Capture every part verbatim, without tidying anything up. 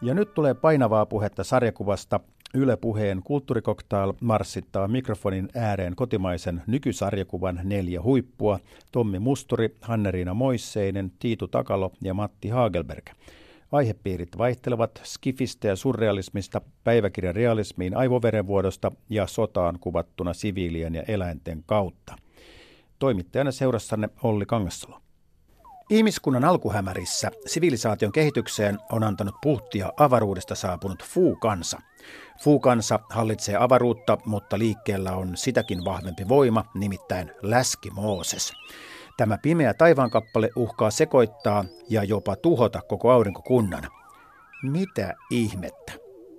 Ja nyt tulee painavaa puhetta sarjakuvasta. Yle Puheen Kulttuurikoktail marssittaa mikrofonin ääreen kotimaisen nykysarjakuvan neljä huippua. Tommi Musturi, Hanne-Riina Moisseinen, Tiitu Takalo ja Matti Hagelberg. Aihepiirit vaihtelevat skifistä ja surrealismista, päiväkirjan realismiin aivoverenvuodosta ja sotaan kuvattuna siviilien ja eläinten kautta. Toimittajana seurassanne Olli Kangassalo. Ihmiskunnan alkuhämärissä sivilisaation kehitykseen on antanut puhtia avaruudesta saapunut Fu-kansa. Fu-kansa hallitsee avaruutta, mutta liikkeellä on sitäkin vahvempi voima, nimittäin Läski Mooses. Tämä pimeä taivaankappale uhkaa sekoittaa ja jopa tuhota koko aurinkokunnan. Mitä ihmettä?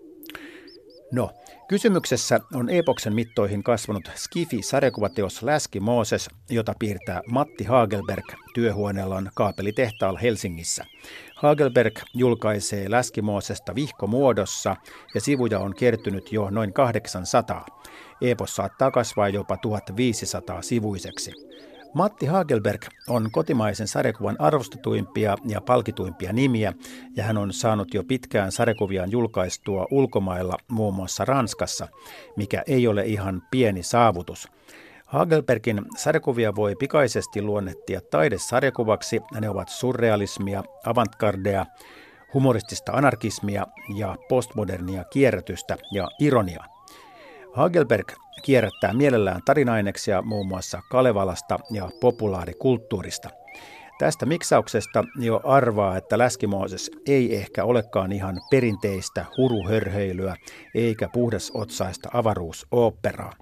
No, kysymyksessä on epoksen mittoihin kasvanut skifi-sarjakuvateos Läski Mooses, jota piirtää Matti Hagelberg työhuoneellaan kaapelitehtaalla Helsingissä. Hagelberg julkaisee Läski Moosesta vihkomuodossa ja sivuja on kertynyt jo noin kahdeksansataa. Epos saattaa kasvaa jopa tuhatviisisataa sivuiseksi. Matti Hagelberg on kotimaisen sarjakuvan arvostetuimpia ja palkituimpia nimiä, ja hän on saanut jo pitkään sarjakuviaan julkaistua ulkomailla, muun muassa Ranskassa, mikä ei ole ihan pieni saavutus. Hagelbergin sarjakuvia voi pikaisesti luonnehtia taidesarjakuvaksi. Ne ovat surrealismia, avantgardea, humoristista anarkismia ja postmodernia kierrätystä ja ironiaa. Hagelberg kierrättää mielellään tarinaineksia muun muassa Kalevalasta ja populaarikulttuurista. Tästä miksauksesta jo arvaa, että Läski Mooses ei ehkä olekaan ihan perinteistä huruhörheilyä eikä puhdasotsaista avaruusoopperaa.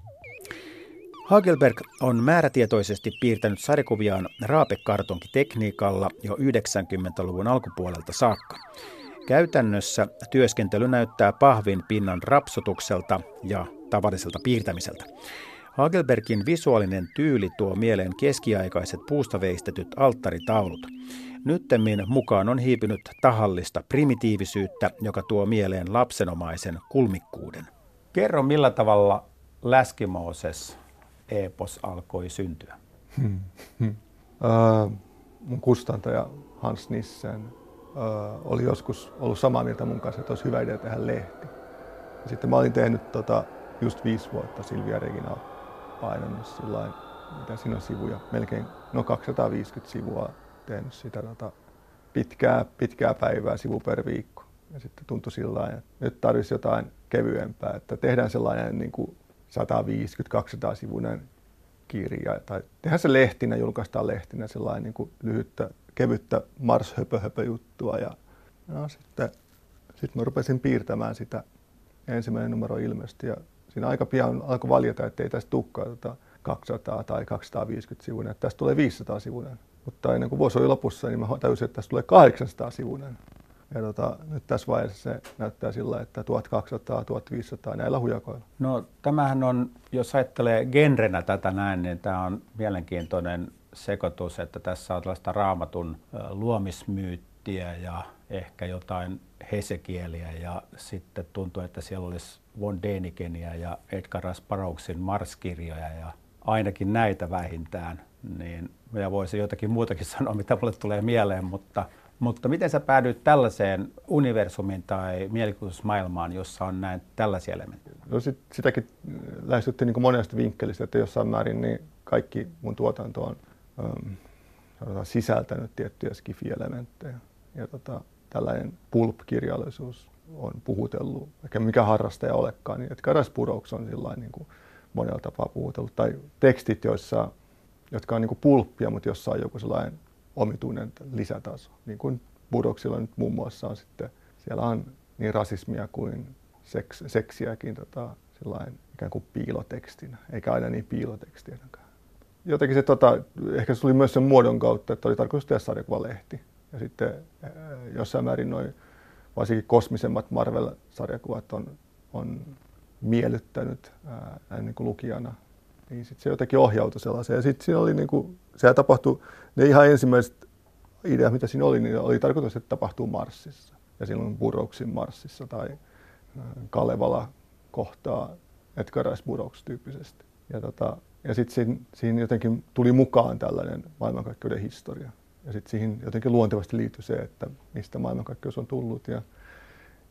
Hagelberg on määrätietoisesti piirtänyt sarjakuviaan raapekartonkitekniikalla jo yhdeksänkymmentäluvun alkupuolelta saakka. Käytännössä työskentely näyttää pahvin pinnan rapsutukselta ja tavalliselta piirtämiseltä. Hagelbergin visuaalinen tyyli tuo mieleen keskiaikaiset puusta veistetyt alttaritaulut. Nyttemmin mukaan on hiipinyt tahallista primitiivisyyttä, joka tuo mieleen lapsenomaisen kulmikkuuden. Kerro, millä tavalla Läski Mooses -epos alkoi syntyä? Hmm. Hmm. Uh, mun kustantaja Hans Nissen uh, oli joskus ollut samaa mieltä mun kanssa, että olisi hyvä idea tehdä lehti. Ja sitten mä olin tehnyt tota, just viisi vuotta Silvia Reginaa painannut sillain, mitä siinä on sivuja, melkein no kaksisataaviisikymmentä sivua tehnyt sitä tota, pitkää, pitkää päivää sivu per viikko. Ja sitten tuntui sillain, että nyt tarvitsisi jotain kevyempää, että tehdään sellainen niin kuin sata viisikymmentä kaksisataa sivuinen kirja, tai tehdään se lehtinä, julkaistaan lehtinä sellainen niin kuin lyhyttä, kevyttä mars-höpö-höpö-juttua. Ja no, sitten, sitten mä rupesin piirtämään sitä. Ensimmäinen numero ilmestyi ja siinä aika pian alkoi valjeta, että ei tästä tulekaan tota kaksisataa tai kaksisataaviisikymmentä sivuinen, että tästä tulee viisisataa sivuinen. Mutta ennen kuin vuosi oli lopussa, niin mä tajusin, että tästä tulee kahdeksansataa sivuinen. Ja tota, nyt tässä vaiheessa se näyttää sillä, että tuhatkaksisataa tuhatviisisataa näillä hujakoilla. No tämähän on, jos ajattelee genrenä tätä näin, niin tämä on mielenkiintoinen sekoitus, että tässä on tällaista raamatun luomismyyttiä ja ehkä jotain hesekieliä ja sitten tuntuu, että siellä olisi von Dänikeniä ja Edgar Rice Burroughsin Mars-kirjoja ja ainakin näitä vähintään. Niin, ja voisi jotakin muutakin sanoa, mitä mulle tulee mieleen, mutta, mutta miten sä päädyit tällaiseen universumiin tai mielikuvitusmaailmaan, jossa on näin tällaisia elementtejä? No sit, sitäkin lähestyttiin niin kuin monesta vinkkelistä, että jossain määrin niin kaikki mun tuotanto on ähm, sisältänyt tiettyjä skifi-elementtejä. Ja tota, tällainen pulp-kirjallisuus on puhutellut, eikä mikä harrastaja olekaan, niin Edgar Rice Burroughs on sillain niin kuin monella tapaa puhutellut. Tai tekstit, joissa, jotka on niin kuin pulppia, mutta jossa on joku sellainen omituinen lisätaso. Niin kuin Burroughsilla nyt muun muassa on sitten, siellä on niin rasismia kuin seks, seksiäkin tota, sillain ikään kuin piilotekstinä, eikä aina niin piilotekstiä. Jotenkin se, tota, ehkä se tuli myös sen muodon kautta, että oli tarkoitus tehdä sarjakuvalehti. Ja sitten jossain määrin noin varsinkin kosmisemmat Marvel-sarjakuvat on, on miellyttänyt ää, niin kuin lukijana. Niin sitten se jotenkin ohjautui sellaiseen. Ja sitten siinä oli niin kuin, sehän tapahtui, ne ihan ensimmäiset ideat, mitä siinä oli, niin oli tarkoitus, että tapahtuu Marsissa. Ja silloin Burroughsin Marsissa tai Kalevala kohtaa Edgar Rice Burroughs tyyppisesti. Ja, tota, ja sitten siinä, siinä jotenkin tuli mukaan tällainen maailmankaikkeuden historia. Ja sitten siihen jotenkin luontevasti liittyi se, että mistä maailmankaikkeus on tullut. Ja,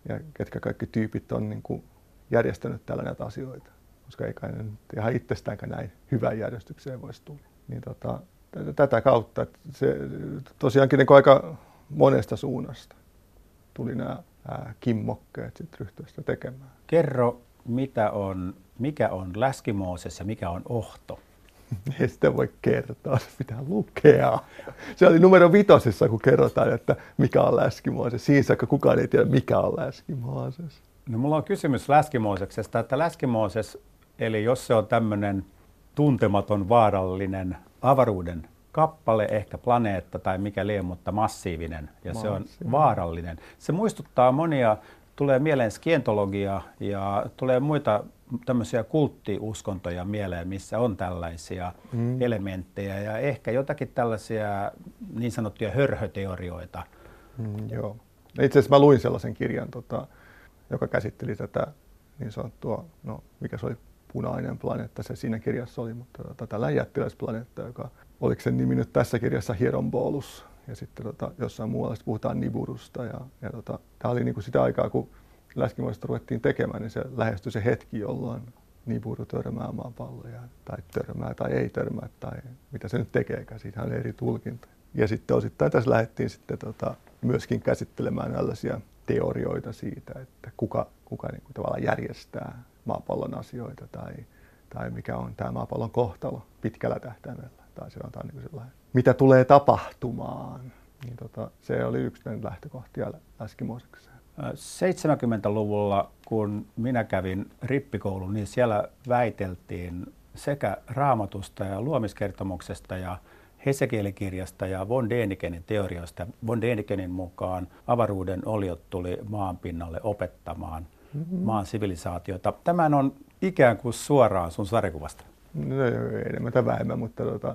ja ketkä kaikki tyypit on niin kuin järjestänyt täällä näitä asioita, koska ei kai nyt ihan itsestäänkään näin hyvään järjestykseen voisi tulla. Niin tota, tätä kautta, että se tosiaankin niin aika monesta suunnasta tuli nämä ää, kimmokkeet sitten ryhtyä sitä tekemään. Kerro, mitä on, mikä on Läskimooses ja mikä on Ohto? Ei sitä voi kertoa, se pitää lukea. Se oli numero vitosessa, kun kerrotaan, että mikä on Läskimooses. Siinä saakka kukaan ei tiedä, mikä on Läskimooses. No, mulla on kysymys Läskimooseksesta, että Läskimooses, eli jos se on tämmöinen tuntematon, vaarallinen avaruuden kappale, ehkä planeetta tai mikä lie, mutta massiivinen, ja massiivinen. Se on vaarallinen. Se muistuttaa monia, tulee mieleen skientologia ja tulee muita tämmöisiä kulttiuskontoja mieleen, missä on tällaisia mm. elementtejä ja ehkä jotakin tällaisia niin sanottuja hörhöteorioita. Mm, joo. Itse asiassa mä luin sellaisen kirjan, tota, joka käsitteli tätä niin sanottua, no mikä se oli, punainen planeetta, se siinä kirjassa oli, mutta tota, tällainen jättiläisplaneetta, joka oliko sen nimi nyt tässä kirjassa Hieronbolus, ja sitten tota, jossain muualla puhutaan Nibirusta, ja, ja tota, tämä oli niinku sitä aikaa, kun Läskimoisesta ruvettiin tekemään, niin se lähestyi se hetki, jolloin Nibiru törmää maapalloja, tai törmää tai ei törmää, tai mitä se nyt tekeekään, siitä on eri tulkinta. Ja sitten osittain tässä lähdettiin sitten tota, myöskin käsittelemään tällaisia teorioita siitä, että kuka, kuka niin kuin tavallaan järjestää maapallon asioita, tai, tai mikä on tämä maapallon kohtalo pitkällä tähtäimellä, tai sanotaan niin kuin sellainen, mitä tulee tapahtumaan. Niin tota, se oli yksi lähtökohtia Läskimoosekseen. seitsemänkymmentäluvulla, kun minä kävin rippikoulun, niin siellä väiteltiin sekä Raamatusta ja luomiskertomuksesta ja Hesekielikirjasta ja von Dänikenin teorioista. Von Dänikenin mukaan avaruuden oliot tuli maan pinnalle opettamaan mm-hmm. maan sivilisaatiota. Tämän on ikään kuin suoraan sun sarjakuvasta. No ei enemmän tai vähemmän, mutta tota,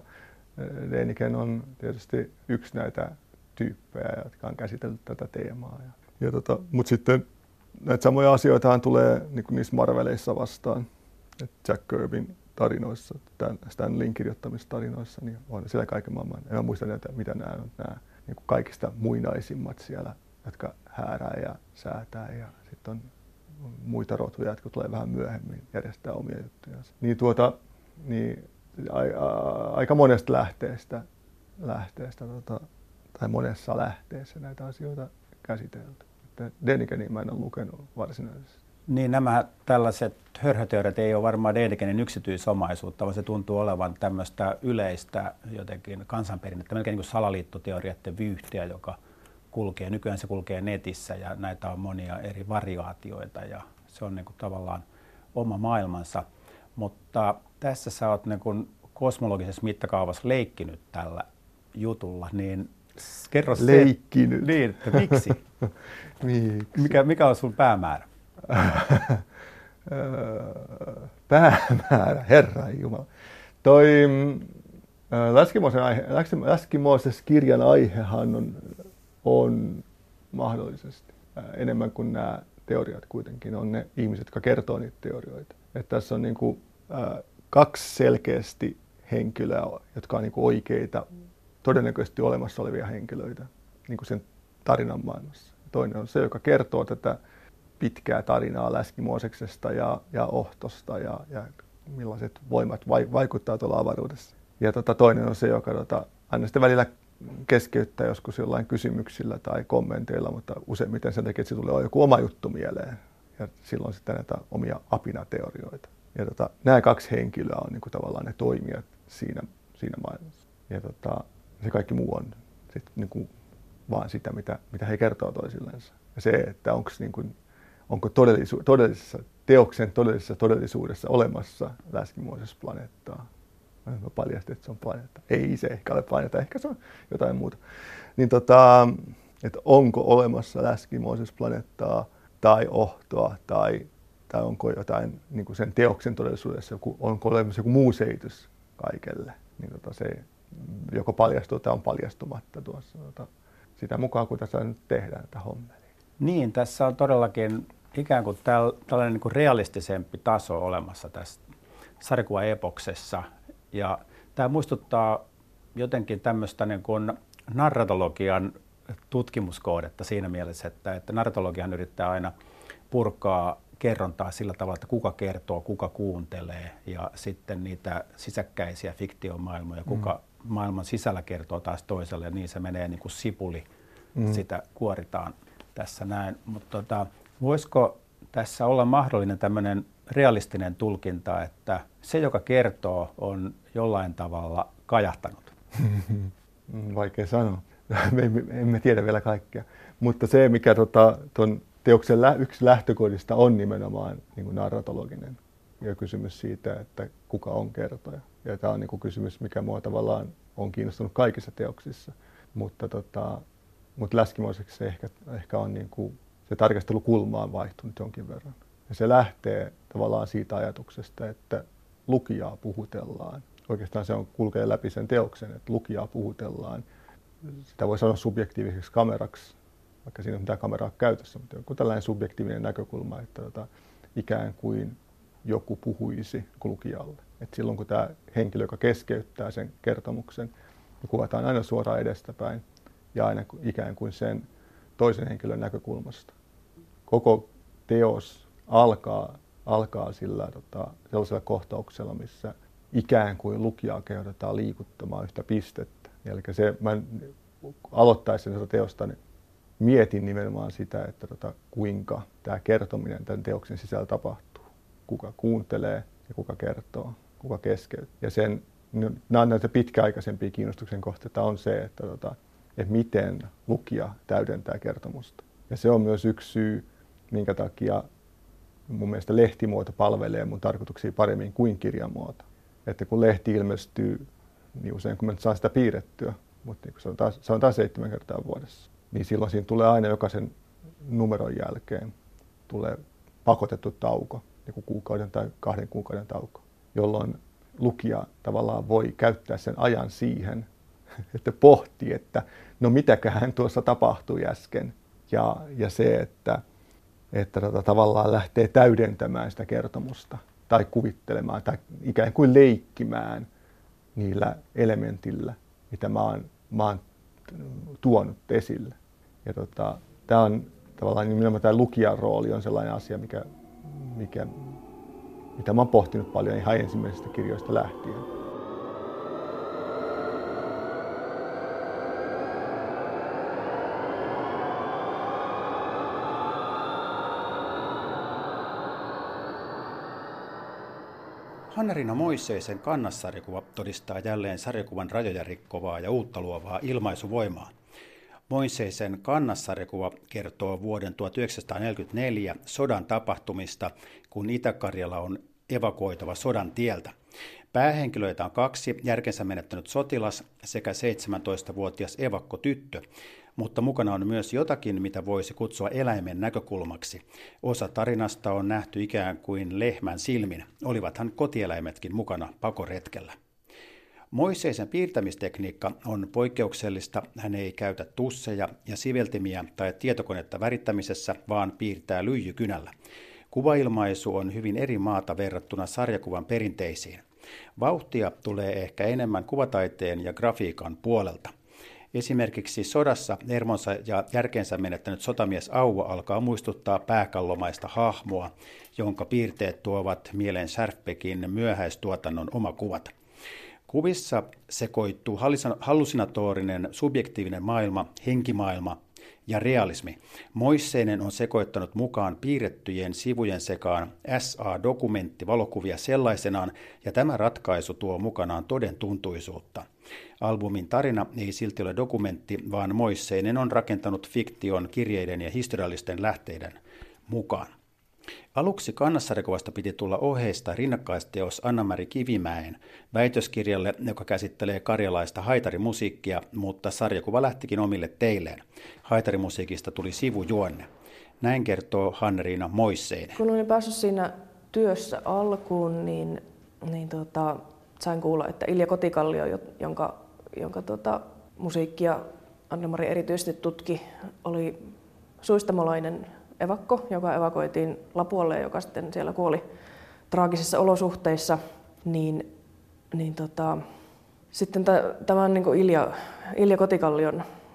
Däniken on tietysti yksi näitä tyyppejä, jotka on käsitellyt tätä teemaa. Ja, ja tota, mutta sitten näitä samoja asioitahan tulee niin kuin niissä Marveleissa vastaan. Et Jack Kirbyn tarinoissa, tämän Stan Leyn kirjoittamistarinoissa, niin on siellä kaiken maailman. En mä muista näitä, mitä nämä on, nämä niin kuin kaikista muinaisimmat siellä, jotka häärää ja säätää. Ja sitten on muita rotuja, jotka tulee vähän myöhemmin järjestää omia juttuja. Niin tuota, niin a, a, aika monesta lähteestä, lähteestä tota, tai monessa lähteessä näitä asioita käsitelty. Dänikenin mä en ole lukenut varsinaisesti. Niin nämä tällaiset hörhöteoriat ei ole varmaan Dänikenin yksityisomaisuutta, vaan se tuntuu olevan tämmöistä yleistä jotenkin kansanperinnettä, melkein niin kuin salaliittoteorioiden vyyhtiä, joka kulkee. Nykyään se kulkee netissä ja näitä on monia eri variaatioita ja se on niin kuin tavallaan oma maailmansa. Mutta tässä sä oot niin kuin kosmologisessa mittakaavassa leikkinyt tällä jutulla, niin kerro se. Leikkinyt. Niin, että miksi? miksi? Mikä, mikä on sun päämäärä? päämäärä, Herra Jumala. Toi Läskimooses-kirjan aihehan on, on mahdollisesti enemmän kuin nämä teoriat kuitenkin on ne ihmiset, jotka kertoo niitä teorioita. Että tässä on niin kuin, äh, kaksi selkeästi henkilöä, jotka on niin kuin oikeita, todennäköisesti olemassa olevia henkilöitä niin kuin sen tarinan maailmassa. Toinen on se, joka kertoo tätä pitkää tarinaa Läskimooseksesta ja, ja Ohtosta ja, ja millaiset voimat vai, vaikuttaa tuolla avaruudessa. Ja tota, toinen on se, joka tota, aina sitten välillä keskeyttää joskus jollain kysymyksillä tai kommenteilla, mutta useimmiten sen takia, että se tulee joku oma juttu mieleen. Ja silloin sitten näitä omia apinateorioita. Ja tota, nämä kaksi henkilöä on niin kuin tavallaan ne toimijat siinä, siinä maailmassa. Ja tota, se kaikki muu on sit niin kuin vaan sitä, mitä, mitä he kertoo toisillensa. Ja se, että onko niin kuin, onko todellisu- todellisessa teoksen todellisessa todellisuudessa olemassa Läskimooses-planeettaa. Mä paljastin, että se on planeetta. Ei se ehkä ole planeetta, ehkä se on jotain muuta. Niin tota, että onko olemassa Läskimooses-planeettaa tai Ohtoa tai, tai onko jotain niin kuin sen teoksen todellisuudessa, joku, onko olemassa joku muu selitys kaikelle. Niin tota, se joko paljastuu tai on paljastumatta tuossa. Tota, sitä mukaan, kun tässä nyt tehdään tätä hommia. Niin, tässä on todellakin ikään kuin täl, tällainen niin kuin realistisempi taso olemassa tässä sarjakuvaepoksessa. Ja tämä muistuttaa jotenkin tämmöistä niin kuin narratologian tutkimuskohdetta siinä mielessä, että, että narratologiahan yrittää aina purkaa kerrontaa sillä tavalla, että kuka kertoo, kuka kuuntelee ja sitten niitä sisäkkäisiä fiktiomaailmoja, kuka mm. maailman sisällä kertoo taas toiselle ja niin se menee niin kuin sipuli, mm. sitä kuoritaan tässä näin. Mutta tota, voisiko tässä olla mahdollinen tämmöinen realistinen tulkinta, että se, joka kertoo, on jollain tavalla kajahtanut? Vaikea sanoa. Me emme, emme tiedä vielä kaikkea. Mutta se, mikä tuon tota, teoksen lä- yksi lähtökohdista on nimenomaan niin kuin narratologinen ja kysymys siitä, että kuka on kertoja. Ja tämä on niin kuin kysymys, mikä mua tavallaan on kiinnostunut kaikissa teoksissa. Mutta, tota, mutta läskimoiseksi se ehkä, ehkä on niin kuin, se tarkastelukulma on vaihtunut jonkin verran. Ja se lähtee tavallaan siitä ajatuksesta, että lukijaa puhutellaan. Oikeastaan se on kulkee läpi sen teoksen, että lukijaa puhutellaan. Sitä voi sanoa subjektiiviseksi kameraksi, vaikka siinä on mitään kameraa käytössä, mutta joku tällainen subjektiivinen näkökulma, että tota, ikään kuin joku puhuisi lukijalle. Et silloin kun tämä henkilö, joka keskeyttää sen kertomuksen, niin kuvataan aina suoraan edestäpäin ja aina ikään kuin sen toisen henkilön näkökulmasta. Koko teos alkaa, alkaa sillä tota, sellaisella kohtauksella, missä ikään kuin lukijaa kehotetaan liikuttamaan yhtä pistettä. Eli se, mä aloittaisin tätä teosta, niin mietin nimenomaan sitä, että tota, kuinka tämä kertominen tämän teoksen sisällä tapahtuu. Kuka kuuntelee ja kuka kertoo, kuka keskeyttää. Ja sen, nämä on näitä pitkäaikaisempia kiinnostuksen kohteita on se, että, tota, että miten lukija täydentää kertomusta. Ja se on myös yksi syy, minkä takia mun mielestä lehtimuoto palvelee mun tarkoituksia paremmin kuin kirjamuoto. Että kun lehti ilmestyy, niin usein kun mä saan sitä piirrettyä, mutta niin kun sanotaan, sanotaan seitsemän kertaa vuodessa, niin silloin siinä tulee aina jokaisen numeron jälkeen tulee pakotettu tauko, joku kuukauden tai kahden kuukauden tauko, jolloin lukija tavallaan voi käyttää sen ajan siihen, että pohtii, että no mitäköhän tuossa tapahtui äsken. Ja, ja se, että, että tota, tavallaan lähtee täydentämään sitä kertomusta tai kuvittelemaan tai ikään kuin leikkimään niillä elementillä, mitä mä oon, mä oon tuonut esille. Ja tota, tää on tavallaan nimenomaan tämä lukijan rooli on sellainen asia, mikä, mikä, mitä mä oon pohtinut paljon ihan ensimmäisistä kirjoista lähtien. Hanna-Riina Moisseisen Kannas-sarjakuva todistaa jälleen sarjakuvan rajoja rikkovaa ja uutta luovaa ilmaisuvoimaa. Moisseisen Kannas-sarjakuva kertoo vuoden tuhatyhdeksänsataaneljäkymmentäneljä sodan tapahtumista, kun Itä-Karjala on evakuoitava sodan tieltä. Päähenkilöitä on kaksi järkensä menettänyt sotilas sekä seitsemäntoistavuotias evakkotyttö, mutta mukana on myös jotakin, mitä voisi kutsua eläimen näkökulmaksi. Osa tarinasta on nähty ikään kuin lehmän silmin, olivathan kotieläimetkin mukana pakoretkellä. Moisseisen piirtämistekniikka on poikkeuksellista. Hän ei käytä tusseja ja siveltimiä tai tietokonetta värittämisessä, vaan piirtää lyijykynällä. Kuvailmaisu on hyvin eri maata verrattuna sarjakuvan perinteisiin. Vauhtia tulee ehkä enemmän kuvataiteen ja grafiikan puolelta. Esimerkiksi sodassa hermonsa ja järkensä menettänyt sotamies Auvo alkaa muistuttaa pääkallomaista hahmoa, jonka piirteet tuovat mieleen Schärfbeckin myöhäistuotannon omakuvat. Kuvissa sekoittuu hallusinatorinen subjektiivinen maailma, henkimaailma ja realismi. Moisseinen on sekoittanut mukaan piirrettyjen sivujen sekaan S A-dokumenttivalokuvia sellaisenaan, ja tämä ratkaisu tuo mukanaan toden tuntuisuutta. Albumin tarina ei silti ole dokumentti, vaan Moisseinen on rakentanut fiktion kirjeiden ja historiallisten lähteiden mukaan. Aluksi Kannas-sarjakuvasta piti tulla oheista rinnakkaisteos Anna-Mari Kivimäen väitöskirjalle, joka käsittelee karjalaista haitarimusiikkia, mutta sarjakuva lähtikin omille teilleen. Haitarimusiikista tuli sivujuonne. Näin kertoo Hanna-Riina Moisseinen. Kun olin päässyt siinä työssä alkuun, niin, niin tota, sain kuulla, että Ilja Kotikallio, jonka, jonka tota, musiikkia Anna-Mari erityisesti tutki, oli suistamolainen evakko, joka evakuoitiin Lapualle, joka sitten siellä kuoli traagisissa olosuhteissa, niin, niin tota, sitten t- tämän niin kuin Ilja, Ilja Kotikallion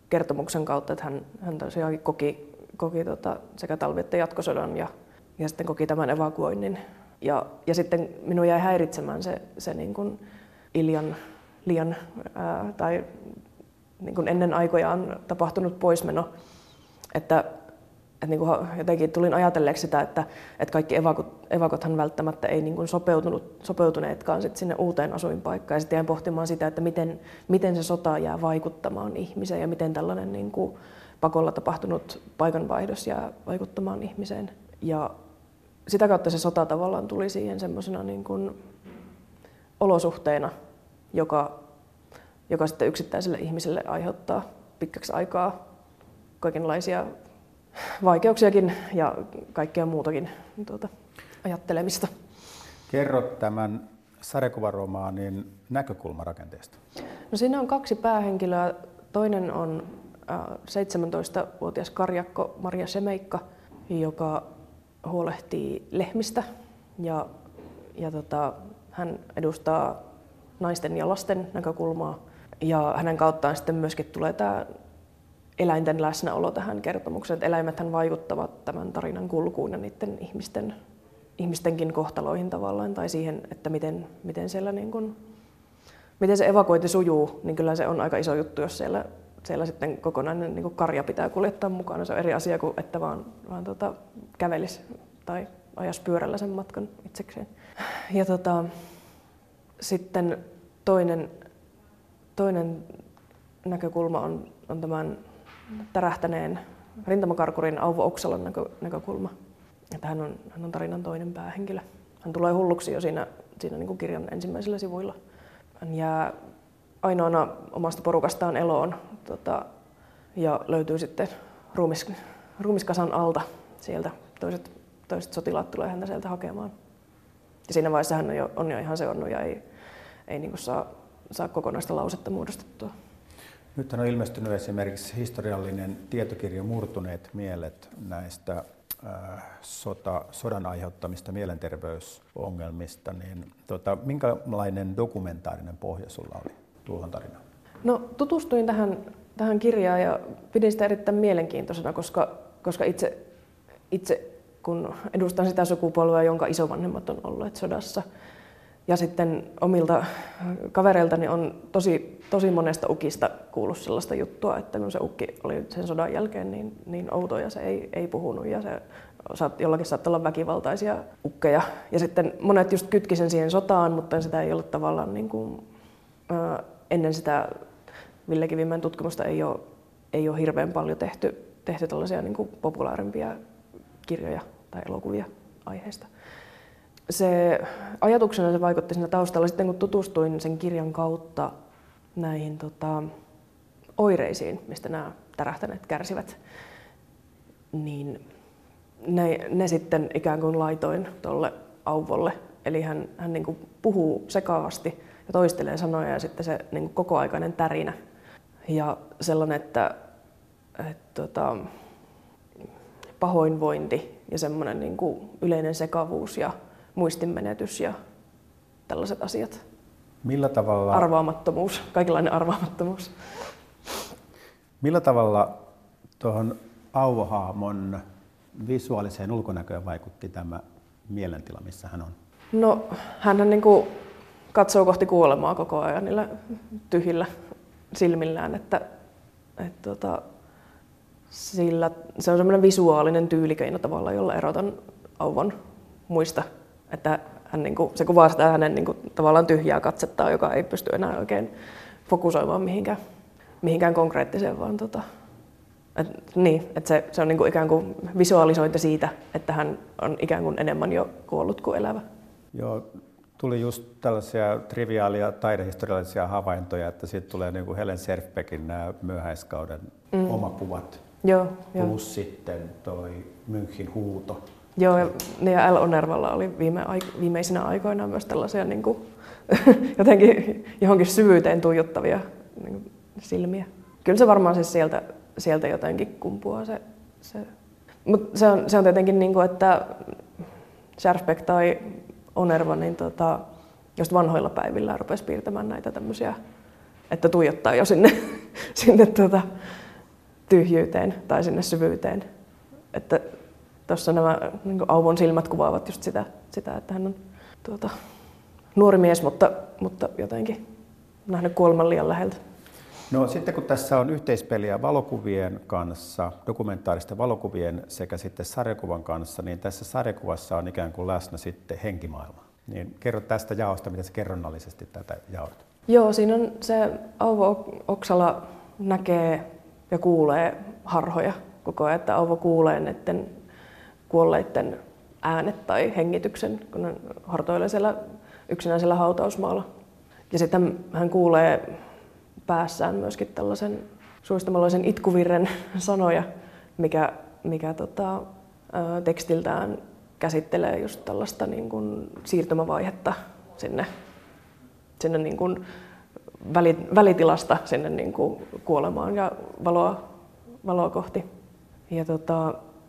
kertomuksen kautta, että hän, hän tosiaankin koki, koki tota sekä talvi- että jatkosodan ja, ja sitten koki tämän evakuoinnin. Ja, ja sitten minua jäi häiritsemään se, se niin kuin Iljan liian, ää, tai niin kuin ennen aikojaan tapahtunut poismeno, että, että niin kuin jotenkin tulin ajatelleeksi sitä, että, että kaikki evakot, evakothan välttämättä ei niin kuin sopeutunut, sopeutuneetkaan sit sinne uuteen asuinpaikkaan. Ja sitten jäin pohtimaan sitä, että miten, miten se sota jää vaikuttamaan ihmiseen ja miten tällainen niin kuin pakolla tapahtunut paikanvaihdos jää vaikuttamaan ihmiseen. Ja sitä kautta se sota tavallaan tuli siihen semmoisena niin kuin olosuhteena, joka, joka sitten yksittäiselle ihmiselle aiheuttaa pitkäksi aikaa kaikenlaisia vaikeuksiakin ja kaikkea muutakin tuota, ajattelemista. Kerro tämän sarjakuvaromaanin näkökulmarakenteesta. No, siinä on kaksi päähenkilöä. Toinen on äh, seitsemäntoistavuotias karjakko Maria Semeikka, joka huolehtii lehmistä ja, ja tota, hän edustaa naisten ja lasten näkökulmaa. Ja hänen kauttaan sitten myöskin tulee tämä eläinten läsnäolo tähän kertomukseen. Että eläimethän vaikuttavat tämän tarinan kulkuun ja niiden ihmisten, ihmistenkin kohtaloihin tavallaan, tai siihen, että miten, miten, siellä niin kun, miten se evakuointi sujuu, niin kyllä se on aika iso juttu, jos siellä, siellä sitten kokonainen niin kun karja pitää kuljettaa mukana. Se on eri asia kuin että vaan, vaan tota, kävelisi tai ajaisi pyörällä sen matkan itsekseen. Ja tota, sitten toinen, toinen näkökulma on, on tämän tärähtäneen rintamakarkurin Auvo Oksalan näkö, näkökulma. Että hän, on, hän on tarinan toinen päähenkilö. Hän tulee hulluksi jo siinä, siinä niin kuin kirjan ensimmäisillä sivuilla. Hän jää ainoana omasta porukastaan eloon tota, ja löytyy sitten ruumis, ruumiskasan alta sieltä. Toiset, toiset sotilaat tulee häntä sieltä hakemaan. Ja siinä vaiheessa hän on jo, on jo ihan seonnut ja ei, ei niin kuin saa, saa kokonaista lausetta muodostettua. Nyt on ilmestynyt esimerkiksi historiallinen tietokirja Murtuneet mielet näistä äh, sota, sodan aiheuttamista mielenterveysongelmista. Niin, tota, minkälainen dokumentaarinen pohja sulla oli tuohon tarinaan? No, tutustuin tähän, tähän kirjaan ja pidin sitä erittäin mielenkiintoisena, koska, koska itse, itse kun edustan sitä sukupolvea, jonka isovanhemmat on olleet sodassa, ja sitten omilta kavereiltani on tosi, tosi monesta ukista kuullut sellaista juttua, että kun se ukki oli sen sodan jälkeen niin, niin outo ja se ei, ei puhunut ja se jollakin saattaa olla väkivaltaisia ukkeja. Ja sitten monet just kytki sen siihen sotaan, mutta sitä ei ollut tavallaan niin kuin, ää, ennen sitä Ville Kivimäen tutkimusta ei ole, ei ole hirveän paljon tehty, tehty tällaisia niin kuin populaarimpia kirjoja tai elokuvia aiheesta. Se ajatuksena se vaikutti siinä taustalla. Sitten kun tutustuin sen kirjan kautta näihin tota, oireisiin, mistä nämä tärähtäneet kärsivät, niin ne, ne sitten ikään kuin laitoin tuolle Auvolle. Eli hän, hän niin kuin puhuu sekaavasti ja toistelee sanoja ja sitten se niin kuin kokoaikainen tärinä. Ja sellainen, että, että tota, pahoinvointi ja semmoinen niin kuin yleinen sekavuus ja muistinmenetys ja tällaiset asiat. Millä tavalla... Arvaamattomuus, kaikenlainen arvaamattomuus. Millä tavalla tuohon Auvo-hahmon visuaaliseen ulkonäköön vaikutti tämä mielentila, missä hän on? No, hänhän niin kuin katsoo kohti kuolemaa koko ajan niillä tyhjillä silmillään, että, että tota, sillä, se on semmoinen visuaalinen tyylikeino tavallaan, jolla erotan Auvon muista. Että hän, niin kuin, se kuvaa sitä hänen niin kuin, tavallaan tyhjää katsettaan, joka ei pysty enää oikein fokusoimaan mihinkään, mihinkään konkreettiseen, vaan tota, et, niin, että se, se on niin kuin ikään kuin visualisointi siitä, että hän on ikään kuin enemmän jo kuollut kuin elävä. Joo, tuli just tällaisia triviaalia taidehistoriallisia havaintoja, että siitä tulee niin kuin Helen Serfbeckin nämä myöhäiskauden mm. omakuvat. Joo, plus jo. Sitten toi Münchin huuto. Joo, ja, ja L. Onervalla oli viime, viimeisinä aikoina myös tällaisia niin kuin, jotenkin johonkin syvyyteen tuijottavia niin kuin, silmiä. Kyllä se varmaan siis sieltä, sieltä jotenkin kumpuaa se. se. Mutta se on, se on tietenkin niin kuin, että Serfbeck tai Onerva niin tota, just vanhoilla päivillä rupesi piirtämään näitä tämmöisiä, että tuijottaa jo sinne, sinne tota, tyhjyyteen tai sinne syvyyteen. Että tuossa nämä niin kuin Auvon silmät kuvaavat just sitä, sitä että hän on tuota, nuori mies, mutta, mutta jotenkin nähnyt kuoleman liian läheltä. No sitten kun tässä on yhteispeliä valokuvien kanssa, dokumentaaristen valokuvien sekä sitten sarjakuvan kanssa, niin tässä sarjakuvassa on ikään kuin läsnä sitten henkimaailma. Niin kerro tästä jaosta, miten sä kerronnallisesti tätä jaot. Joo, siinä on se Auvo Oksala näkee ja kuulee harhoja koko ajan, että Auvo kuulee näiden kuolleiden äänet tai hengityksen, kun hän hartoilee siellä yksinäisellä hautausmaalla. Ja sitten hän kuulee päässään myöskin tällaisen suistamalaisen itkuvirren sanoja, mikä, mikä tota, tekstiltään käsittelee just tällaista niin kuin siirtymävaihetta sinne, sinne niin kuin välitilasta sinne niin kuin kuolemaan ja valoa, valoa kohti. Ja tota,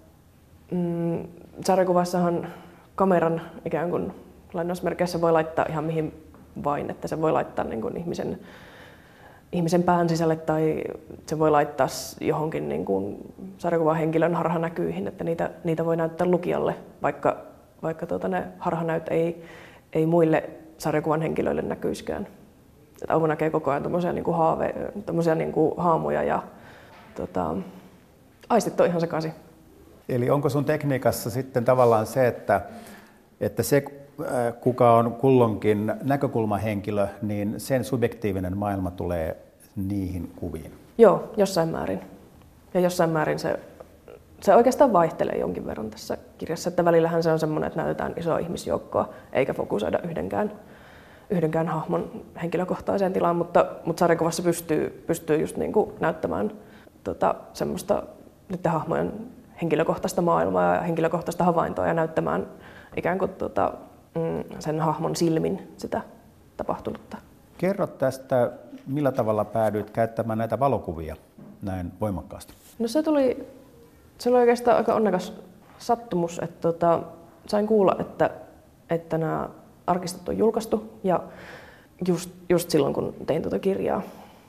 mm, sarjakuvassahan kameran ikään kuin lainausmerkeissä voi laittaa ihan mihin vain, että se voi laittaa niin kuin ihmisen, ihmisen pään sisälle tai se voi laittaa johonkin niin kuin sarjakuvan henkilön harhanäkyihin, että niitä, niitä voi näyttää lukijalle, vaikka, vaikka tuota ne harhanäyt ei, ei muille sarjakuvan henkilöille näkyiskään. Että Auvo näkee koko ajan tommosia niin kuin haave, tommosia niin kuin haamuja ja tota, aistit on ihan sekaisin. Eli onko sun tekniikassa sitten tavallaan se, että, että se kuka on kulloinkin näkökulmahenkilö, niin sen subjektiivinen maailma tulee niihin kuviin? Joo, jossain määrin. Ja jossain määrin se, se oikeastaan vaihtelee jonkin verran tässä kirjassa, että välillähän se on semmoinen, että näytetään isoa ihmisjoukkoa, eikä fokusoida yhdenkään, yhdenkään hahmon henkilökohtaiseen tilaan, mutta, mutta sarjakuvassa pystyy, pystyy just niin kuin näyttämään tota, semmoista niiden hahmojen henkilökohtaista maailmaa ja henkilökohtaista havaintoa ja näyttämään ikään kuin tota, sen hahmon silmin sitä tapahtunutta. Kerro tästä, millä tavalla päädyit käyttämään näitä valokuvia näin voimakkaasti? No se tuli, se oli oikeastaan aika onnekas sattumus, että tota, sain kuulla, että, että nämä arkistot on julkaistu ja just, just silloin kun tein tuota kirjaa.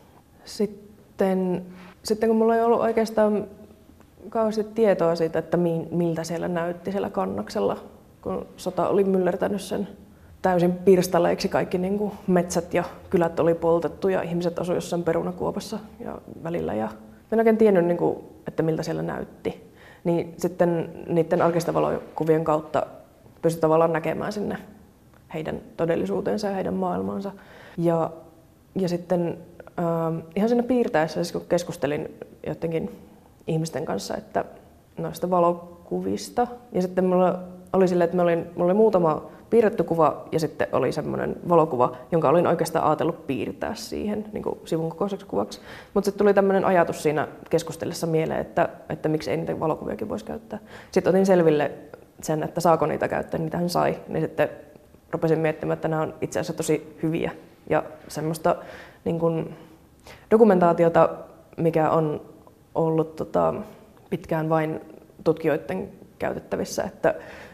Sitten, sitten kun mulla ei ollut oikeastaan kauheasti tietoa siitä, että miltä siellä näytti siellä kannaksella, kun sota oli myllertänyt sen täysin pirstaleiksi, kaikki niin kuin metsät ja kylät oli poltettu ja ihmiset asuivat jossain perunakuopassa ja välillä. Ja en oikein tiennyt, niin kuin, että miltä siellä näytti. Niin sitten niiden arkisten valokuvien kautta pystyi tavallaan näkemään sinne heidän todellisuutensa ja heidän maailmansa. Ja, ja sitten äh, ihan siinä piirtäessä, siis kun keskustelin jotenkin ihmisten kanssa, että noista valokuvista. Ja sitten mulla oli silleen, että olin, mulla oli muutama piirretty kuva ja sitten oli semmoinen valokuva, jonka olin oikeastaan ajatellut piirtää siihen niin kuin sivun kokoiseksi kuvaksi. Mutta sitten tuli tämmöinen ajatus siinä keskustellessa mieleen, että, että miksi ei niitä valokuviakin voisi käyttää. Sitten otin selville sen, että saako niitä käyttää, niitä hän sai. Niin sitten rupesin miettimään, että nämä on itse asiassa tosi hyviä. Ja semmoista niin kuin dokumentaatiota, mikä on ollut tota, pitkään vain tutkijoiden käytettävissä, että,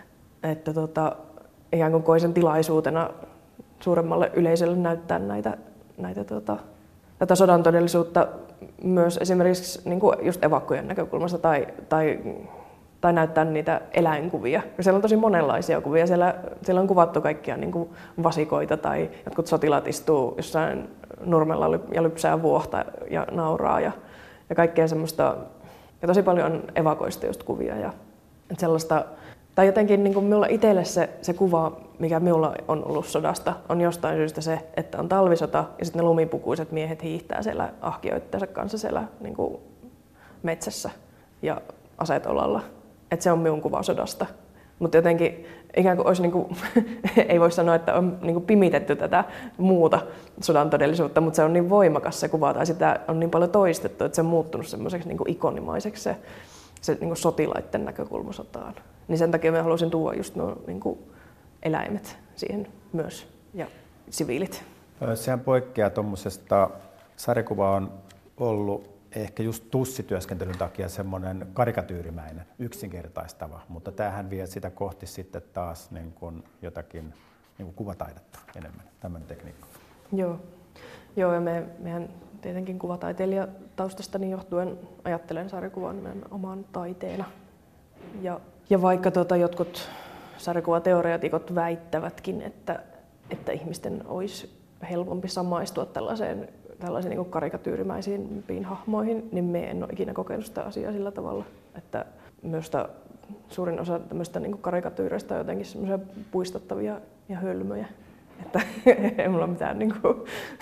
että tota, ikään kuin koin sen tilaisuutena suuremmalle yleisölle näyttää näitä, näitä tota, tätä sodan todellisuutta myös esimerkiksi niin kuin just evakkojen näkökulmasta tai, tai, tai näyttää niitä eläinkuvia. Ja siellä on tosi monenlaisia kuvia. Siellä, siellä on kuvattu kaikkia niin kuin vasikoita tai jotkut sotilaat istuu jossain nurmella ja lypsää vuohta ja nauraa ja, ja kaikkea semmoista. Ja tosi paljon on evakoista just kuvia. Ja, että sellaista, tai jotenkin niin kuin minulla itselle se, se kuva, mikä minulla on ollut sodasta, on jostain syystä se, että on talvisota ja sitten ne lumipukuiset miehet hiihtää siellä ahkioittensa kanssa siellä niin kuin metsässä ja aseet olalla. Että se on minun kuva sodasta. Mutta jotenkin ikään kuin olisi, niin kuin, ei voi sanoa, että on niin kuin pimitetty tätä muuta sodan todellisuutta, mutta se on niin voimakas se kuva tai sitä on niin paljon toistettu, että se on muuttunut semmoiseksi niin kuin ikonimaiseksi se, se niin kuin sotilaiden näkökulma sotaan. Niin sen takia mä haluaisin tuoda just nuo niin kuin eläimet siihen myös ja siviilit. Sehän poikkeaa tuommoisesta, sarjakuva on ollut ehkä just tussityöskentelyn takia semmoinen karikatyyrimäinen, yksinkertaistava, mutta tämähän vie sitä kohti sitten taas niin kuin jotakin niin kuin kuvataidetta enemmän, tämmöinen tekniikka. Joo. Joo, ja me, mehän tietenkin kuvataiteilijataustastani johtuen ajattelen sarjakuvaa nimenomaan taiteena. Ja, ja vaikka tuota, jotkut sarjakuvateoreetikot väittävätkin, että, että ihmisten olisi helpompi samaistua tällaiseen, tällaisiin niin kuin karikatyyrimäisiin hahmoihin, niin me en ole ikinä kokenut sitä asiaa sillä tavalla, että myös suurin osa tämmöistä niin kuin karikatyyreistä on jotenkin semmoisia puistattavia ja hölmöjä. Että ei mulla mitään niin kuin,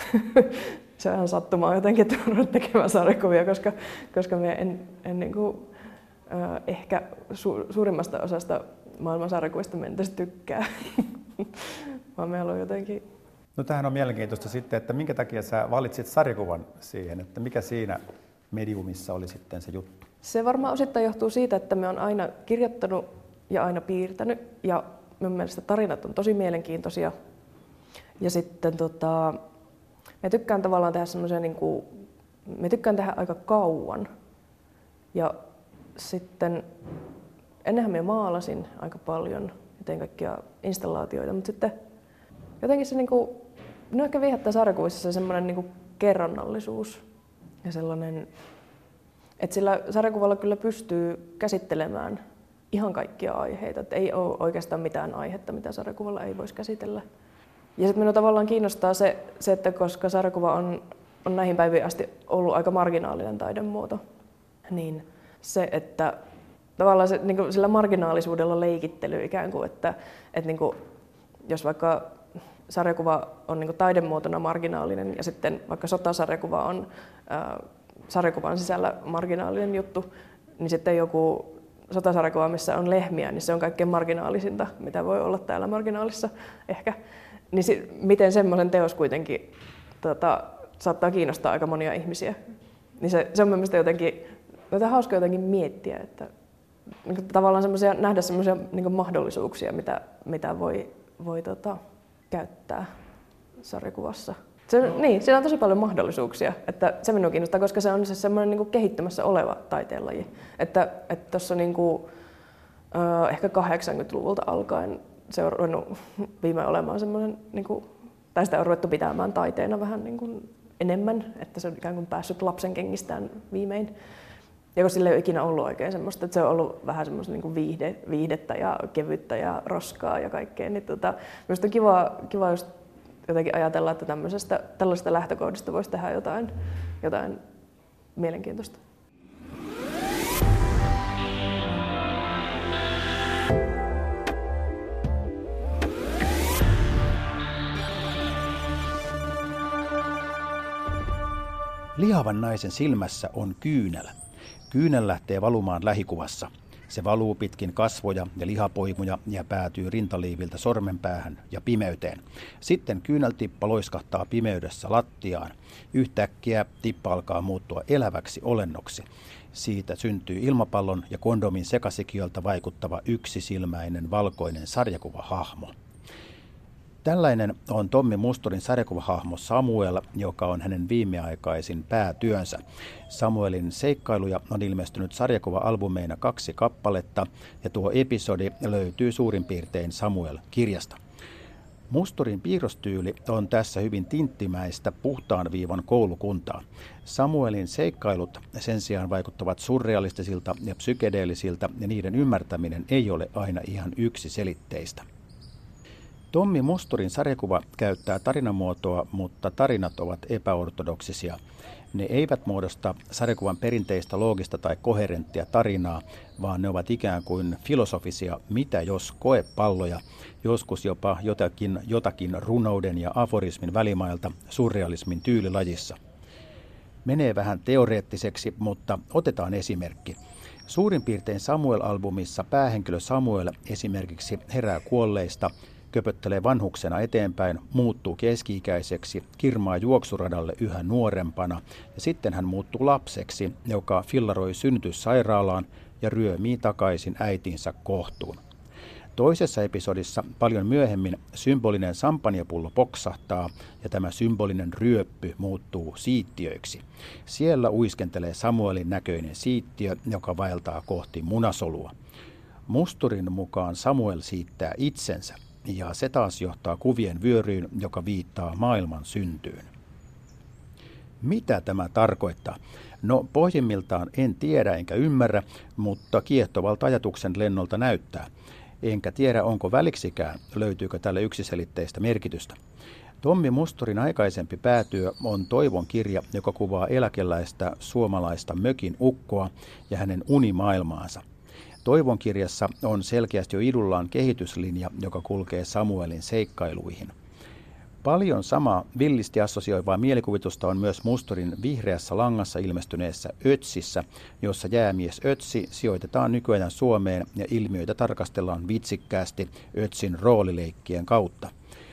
se on ihan sattumaa jotenkin, että olen tekemään sarjakuvia, koska, koska me en, en niin kuin, äh, ehkä su, suurimmasta osasta maailman sarjakuvista mentäisi tykkää, vaan meillä on jotenkin. No tämähän on mielenkiintoista sitten, että minkä takia sä valitsit sarjakuvan siihen, että mikä siinä mediumissa oli sitten se juttu? Se varmaan osittain johtuu siitä, että me on aina kirjoittanut ja aina piirtänyt ja mun mielestä tarinat on tosi mielenkiintoisia. Ja sitten tota, mä tykkään tavallaan tehdä semmoisia, niin kuin, mä tykkään tehdä aika kauan. Ja sitten ennenhän mä maalasin aika paljon ja tein kaikkia installaatioita, mutta sitten jotenkin se, niin kuin, no ehkä viehättää sarjakuvissa se semmoinen niin kuin kerronnallisuus ja sellainen, että sillä sarjakuvalla kyllä pystyy käsittelemään ihan kaikkia aiheita. Että ei ole oikeastaan mitään aihetta, mitä sarjakuvalla ei voisi käsitellä. Ja sitten minua tavallaan kiinnostaa se, se että koska sarjakuva on, on näihin päiviin asti ollut aika marginaalinen taidemuoto, niin se, että tavallaan se, niin kuin sillä marginaalisuudella leikittely ikään kuin, että, että niin kuin, jos vaikka sarjakuva on niin kuin taidemuotona marginaalinen ja sitten vaikka sotasarjakuva on ää, sarjakuvan sisällä marginaalinen juttu, niin sitten joku sotasarjakuva, missä on lehmiä, niin se on kaikkein marginaalisinta, mitä voi olla täällä marginaalissa ehkä. Niin si- miten semmoisen teos kuitenkin tota, saattaa kiinnostaa aika monia ihmisiä. Niin se, se on mielestäni jotenkin, joten hauska jotenkin miettiä, että niin tavallaan semmoisia, nähdä semmoisia niin mahdollisuuksia, mitä, mitä voi, voi tota, käyttää sarjakuvassa. Se, niin, siinä on tosi paljon mahdollisuuksia, että se minua kiinnostaa, koska se on se semmoinen niin kuin kehittymässä oleva taiteenlaji. Että tuossa niin kuin, äh, ehkä kahdeksankymmentäluvulta alkaen se on ruvennut viime olemaan semmoinen, niin kuin, tai sitä on ruvettu pitämään taiteena vähän niin kuin enemmän, että se on ikään kuin päässyt lapsen kengistään viimein. Ja kun sillä ei ole ikinä ollut oikein semmoista, että se on ollut vähän semmoista niin kuin viihde, viihdettä ja kevyttä ja roskaa ja kaikkea, niin tota, minusta on kiva, kiva just jotenkin ajatella, että tämmöisestä, tällaisesta lähtökohdista voisi tehdä jotain, jotain mielenkiintoista. Lihavan naisen silmässä on kyynel. Kyynel lähtee valumaan lähikuvassa. Se valuu pitkin kasvoja ja lihapoimuja ja päätyy rintaliiviltä sormenpäähän ja pimeyteen. Sitten kyyneltippa loiskahtaa pimeydessä lattiaan. Yhtäkkiä tippa alkaa muuttua eläväksi olennoksi. Siitä syntyy ilmapallon ja kondomin sekasikiöltä vaikuttava yksisilmäinen valkoinen sarjakuvahahmo. Tällainen on Tommi Mustorin sarjakuvahahmo Samuel, joka on hänen viimeaikaisin päätyönsä. Samuelin seikkailuja on ilmestynyt sarjakuva-albumeina kaksi kappaletta, ja tuo episodi löytyy suurin piirtein Samuel-kirjasta. Mustorin piirrostyyli on tässä hyvin tinttimäistä puhtaan viivan koulukuntaa. Samuelin seikkailut sen sijaan vaikuttavat surrealistisilta ja psykedeellisiltä, ja niiden ymmärtäminen ei ole aina ihan yksiselitteistä. Tommi Mustorin sarjakuva käyttää tarinamuotoa, mutta tarinat ovat epäortodoksisia. Ne eivät muodosta sarjakuvan perinteistä loogista tai koherenttia tarinaa, vaan ne ovat ikään kuin filosofisia mitä jos koepalloja, joskus jopa jotakin, jotakin runouden ja aforismin välimailta surrealismin tyylilajissa. Menee vähän teoreettiseksi, mutta otetaan esimerkki. Suurin piirtein Samuel-albumissa päähenkilö Samuel esimerkiksi herää kuolleista, köpöttelee vanhuksena eteenpäin, muuttuu keski-ikäiseksi, kirmaa juoksuradalle yhä nuorempana ja sitten hän muuttuu lapseksi, joka fillaroi synnytyssairaalaan ja ryömii takaisin äitinsä kohtuun. Toisessa episodissa paljon myöhemmin symbolinen sampanjapullo poksahtaa ja tämä symbolinen ryöppy muuttuu siittiöiksi. Siellä uiskentelee Samuelin näköinen siittiö, joka vaeltaa kohti munasolua. Mustorin mukaan Samuel siittää itsensä. Ja se taas johtaa kuvien vyöryyn, joka viittaa maailman syntyyn. Mitä tämä tarkoittaa? No pohjimmiltaan en tiedä enkä ymmärrä, mutta kiehtovalta ajatuksen lennolta näyttää. Enkä tiedä, onko väliksikään, löytyykö tälle yksiselitteistä merkitystä. Tommi Mustorin aikaisempi päätyö on Toivon kirja, joka kuvaa eläkeläistä suomalaista mökin ukkoa ja hänen unimaailmaansa. Toivon kirjassa on selkeästi jo idullaan kehityslinja, joka kulkee Samuelin seikkailuihin. Paljon samaa villisti assosioivaa mielikuvitusta on myös Mustorin Vihreässä langassa ilmestyneessä Ötsissä, jossa jäämies Ötsi sijoitetaan nykyajan Suomeen ja ilmiöitä tarkastellaan vitsikkäästi Ötsin roolileikkien kautta.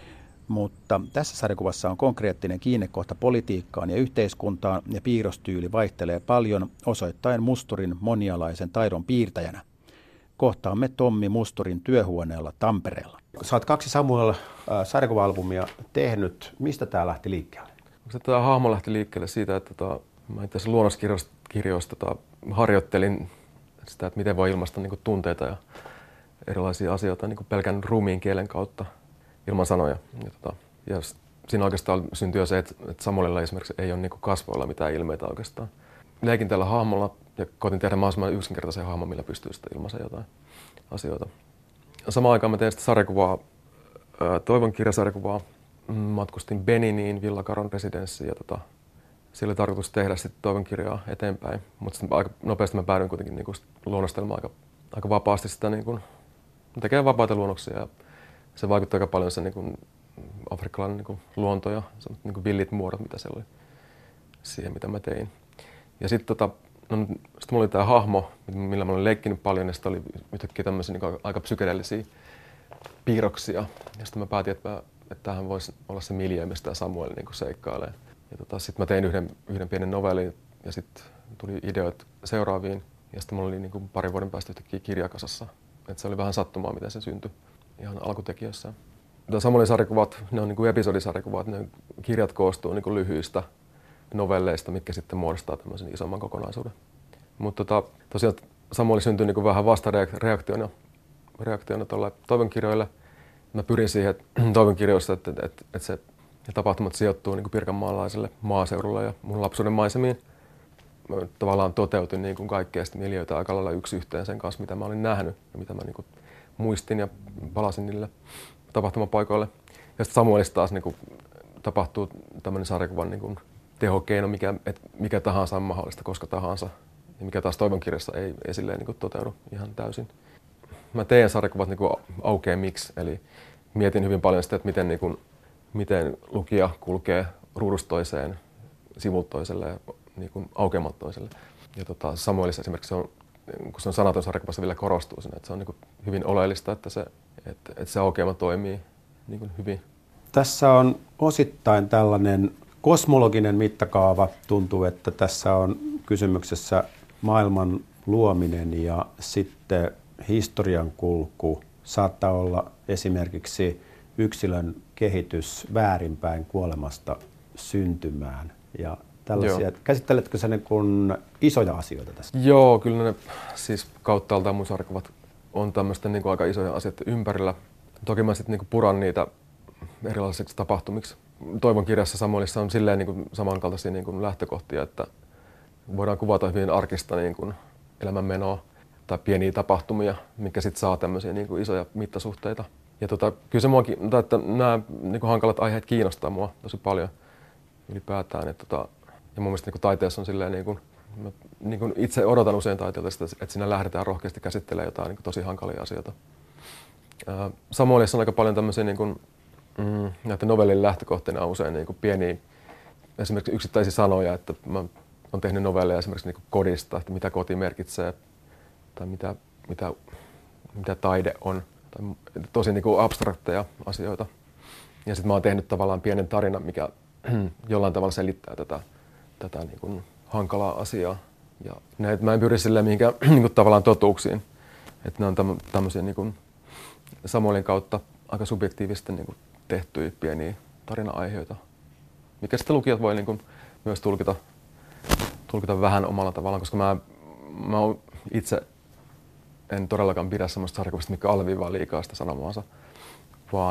Mutta tässä sarjakuvassa on konkreettinen kiinnekohta politiikkaan ja yhteiskuntaan ja piirrostyyli vaihtelee paljon osoittaen Mustorin monialaisen taidon piirtäjänä. Kohtaamme Tommi Mustorin työhuoneella Tampereella. Sä oot kaksi Samuel-sarjakuva-albumia tehnyt. Mistä tää lähti liikkeelle? Tämä hahmo lähti liikkeelle siitä, että tota, mä itse asiassa luonnoskirjoista tota, harjoittelin sitä, että miten voi ilmaista niin kuin tunteita ja erilaisia asioita niin kuin pelkän ruumiin kielen kautta ilman sanoja. Ja, tota, ja siinä oikeastaan syntyy se, että, että Samuelilla esimerkiksi ei ole niin kuin kasvoilla mitään ilmeitä oikeastaan. Leikin tällä hahmolla ja koitin tehdä mahdollisimman yksinkertaisen hahmon, millä pystyy sitten ilmaisemaan jotain asioita. Samaan aikaan mä tein sitten sarjakuvaa, Toivon kirjasarjakuvaa. Matkustin Beniniin, Villa Caron residenssiin ja tota, siellä oli tarkoitus tehdä sitten Toivon kirjaa eteenpäin. Mutta aika nopeasti mä päädyin kuitenkin niinku luonnostelemaan aika, aika vapaasti sitä, niinku, tekee vapaita luonnoksia. Ja se vaikutti aika paljon se niinku, afrikkalainen niinku, luonto ja niinku, villit muodot, mitä siellä oli siihen, mitä mä tein. Ja sitten tota, no, sit mulla oli tää hahmo, millä mä olin leikkinyt paljon, ja sitten oli yhtäkkiä tämmöisiä niinku aika psykedeellisiä piirroksia. Ja sitten mä päätin, että, mä, että tämähän voisi olla se miljö, mistä tää Samuel niinku seikkailee. Ja tota, sitten mä tein yhden, yhden pienen novellin, ja sitten tuli ideoita seuraaviin. Ja sitten mulla oli niinku parin vuoden päästä yhtäkkiä kirjakasassa. Et se oli vähän sattumaa, miten se syntyi ihan alkutekijöissään. Samuelin sarjakuvat, ne on niinku episodisarjakuvat, ne kirjat koostuu niinku lyhyistä novelleista, mitkä sitten muodostaa tämmöisen isomman kokonaisuuden. Mutta tota, tosiaan Samueli syntyi niin kuin vähän vastareaktiona reaktiona tuolle Toivon kirjoille. Mä pyrin siihen, että Toivon kirjoissa, että, että, että, että se ne tapahtumat sijoittuu niin kuin pirkanmaalaiselle maaseudulle ja mun lapsuuden maisemiin. Mä tavallaan toteutin niin kuin kaikkea sitä miljöitä aika lailla yksi yhteen sen kanssa, mitä mä olin nähnyt ja mitä mä niin kuin muistin ja palasin niille tapahtumapaikoille. Ja sitten Samuelissa taas niin kuin tapahtuu tämmöinen sarjakuvan niin kuin tehokeino, mikä, et, mikä tahansa on mahdollista koska tahansa. Ja mikä taas Toivon kirjassa ei, ei silleen niin kuin toteudu ihan täysin. Mä teen sarjakuvat niin kuin aukeaa miksi, eli mietin hyvin paljon sitä, että miten, niin kuin, miten lukija kulkee ruudusta toiseen, sivulta toiselle ja niin kuin aukeamalta toiselle. Ja tota, Samuelissa esimerkiksi se on, kun se on sanaton sarjakuvassa vielä korostuu siinä, että se on niin kuin hyvin oleellista, että se, että, että se aukeama toimii niin kuin hyvin. Tässä on osittain tällainen kosmologinen mittakaava. Tuntuu, että tässä on kysymyksessä maailman luominen ja sitten historian kulku. Saattaa olla esimerkiksi yksilön kehitys väärinpäin kuolemasta syntymään ja tällaisia. Joo. Käsitteletkö sä niin kuin isoja asioita tässä? Joo, kyllä ne siis kauttaaltaan mun sarjakuvat on tämmöistä niin kuin aika isoja asioita ympärillä. Toki mä sitten niin kuin puran niitä erilaisiksi tapahtumiksi. Toivon kirjassa Samuelissa on silleen niin kuin samankaltaisia niin kuin lähtökohtia, että voidaan kuvata hyvin arkista niin kuin elämänmenoa tai pieniä tapahtumia, mitkä sitten saa tämmöisiä niin kuin isoja mittasuhteita. Ja tota, kyllä se muakin, että nämä niin kuin hankalat aiheet kiinnostaa mua tosi paljon ylipäätään. Et tota, ja mun mielestä niin kuin taiteessa on silleen, niin kuin, mä niin kuin itse odotan usein taiteelta sitä, että siinä lähdetään rohkeasti käsittelemään jotain niin kuin tosi hankalia asioita. Ää, Samuelissa on aika paljon tämmöisiä niin kuin, mm, näiden novellin lähtökohteena on usein niin kuin pieniä esimerkiksi yksittäisiä sanoja, että mä oon tehnyt novelleja esimerkiksi niin kuin kodista, että mitä koti merkitsee tai mitä, mitä, mitä taide on, tai tosi niin kuin abstrakteja asioita. Ja sitten mä oon tehnyt tavallaan pienen tarinan, mikä jollain tavalla selittää tätä, tätä niin kuin hankalaa asiaa. Ja näitä, mä en pyri silleen mihinkään niin kuin tavallaan totuuksiin, että ne on täm, tämmöisiä niin kuin Samuelin kautta aika subjektiivisesti niin kuin tehtyjä pieniä tarina-aiheita, mikä sitten lukijat voi niin kuin myös tulkita, tulkita vähän omalla tavallaan, koska mä, mä itse en todellakaan pidä semmoista sarjakuvista, mikä alviivaa liikaa sitä sanomaansa, vaan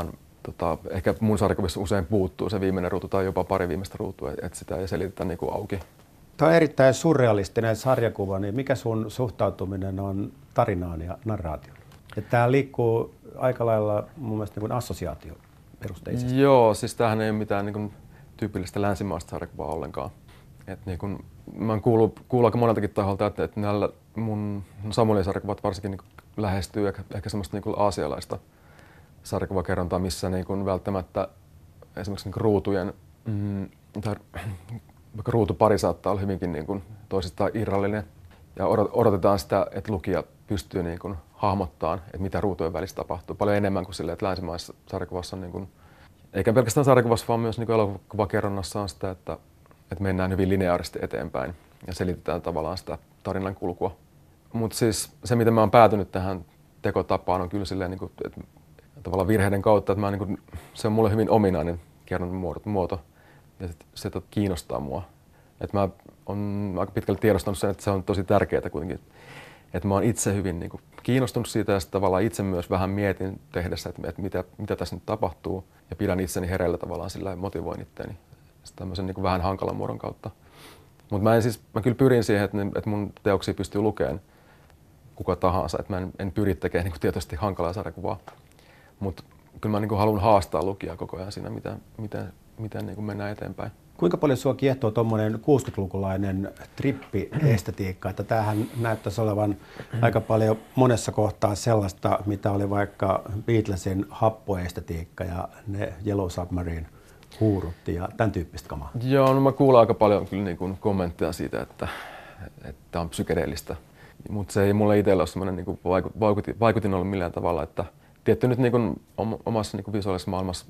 tota, ehkä mun sarjakuvissa usein puuttuu se viimeinen ruutu tai jopa pari viimeistä ruutua, että sitä ei selitetä niin kuin auki. Tämä on erittäin surrealistinen sarjakuva, niin mikä sun suhtautuminen on tarinaan ja narraatioon? Tämä liikkuu aika lailla mun mielestä niin assosiaatioperusteisesti. Joo, siis tämähän ei ole mitään niin kuin tyypillistä länsimaista sarjakuvaa ollenkaan. Et niin kun, mä oon kuullut, kuullut aika moneltakin taholta, että, että näillä mun Samuelin sarjakuvat varsinkin niin lähestyy ehkä, ehkä semmoista niin aasialaista sarjakuvakerrontaa, missä niin kun välttämättä esimerkiksi niin ruutujen, mm, tai vaikka ruutupari saattaa olla hyvinkin niin kun toisistaan irrallinen ja odotetaan sitä, että lukija pystyy niin kun hahmottamaan, että mitä ruutujen välissä tapahtuu paljon enemmän kuin silleen, että länsimaisessa sarjakuvassa on niin kun, eikä pelkästään sarjakuvassa, vaan myös niin elokuvakerronnassa on sitä, että että mennään hyvin lineaarisesti eteenpäin ja selitetään tavallaan sitä tarinan kulkua. Mutta siis se, miten mä oon päätynyt tähän tekotapaan, on kyllä silleen, niin kuin, että tavallaan virheiden kautta, että mä, niin kuin, se on mulle hyvin ominainen kerronnan muoto ja se että kiinnostaa mua. Et mä oon aika pitkälle tiedostanut sen, että se on tosi tärkeää kuitenkin, että mä oon itse hyvin niin kuin, kiinnostunut siitä ja tavallaan itse myös vähän mietin tehdessä, että, että mitä, mitä tässä nyt tapahtuu ja pidän itseni hereillä tavallaan sillä motivoin itteeni tämmöisen niin kuin vähän hankalan muodon kautta. Mutta mä, siis, mä kyllä pyrin siihen, että, että mun teoksia pystyy lukemaan kuka tahansa. Että mä en, en pyri tekemään niin kuin tietysti hankalaa sarjakuvaa. Mutta kyllä mä niin kuin haluan haastaa lukijaa koko ajan siinä, miten, miten, miten niin kuin mennään eteenpäin. Kuinka paljon sua kiehtoo tuommoinen kuusikymmentälukulainen trippiestetiikka? Että tämähän näyttäisi olevan aika paljon monessa kohtaa sellaista, mitä oli vaikka Beatlesin happoestetiikka ja ne Yellow Submarine huurutti ja tämän tyyppistä kamaa. Joo, no mä kuulen aika paljon kyllä niin kuin kommentteja siitä, että tämä on psykedeellistä. Mutta se ei mulle itsellä ole semmoinen niin vaikutin, vaikutin ollut millään tavalla. Että tietty nyt niin kuin omassa niin kuin visuaalisessa maailmassa,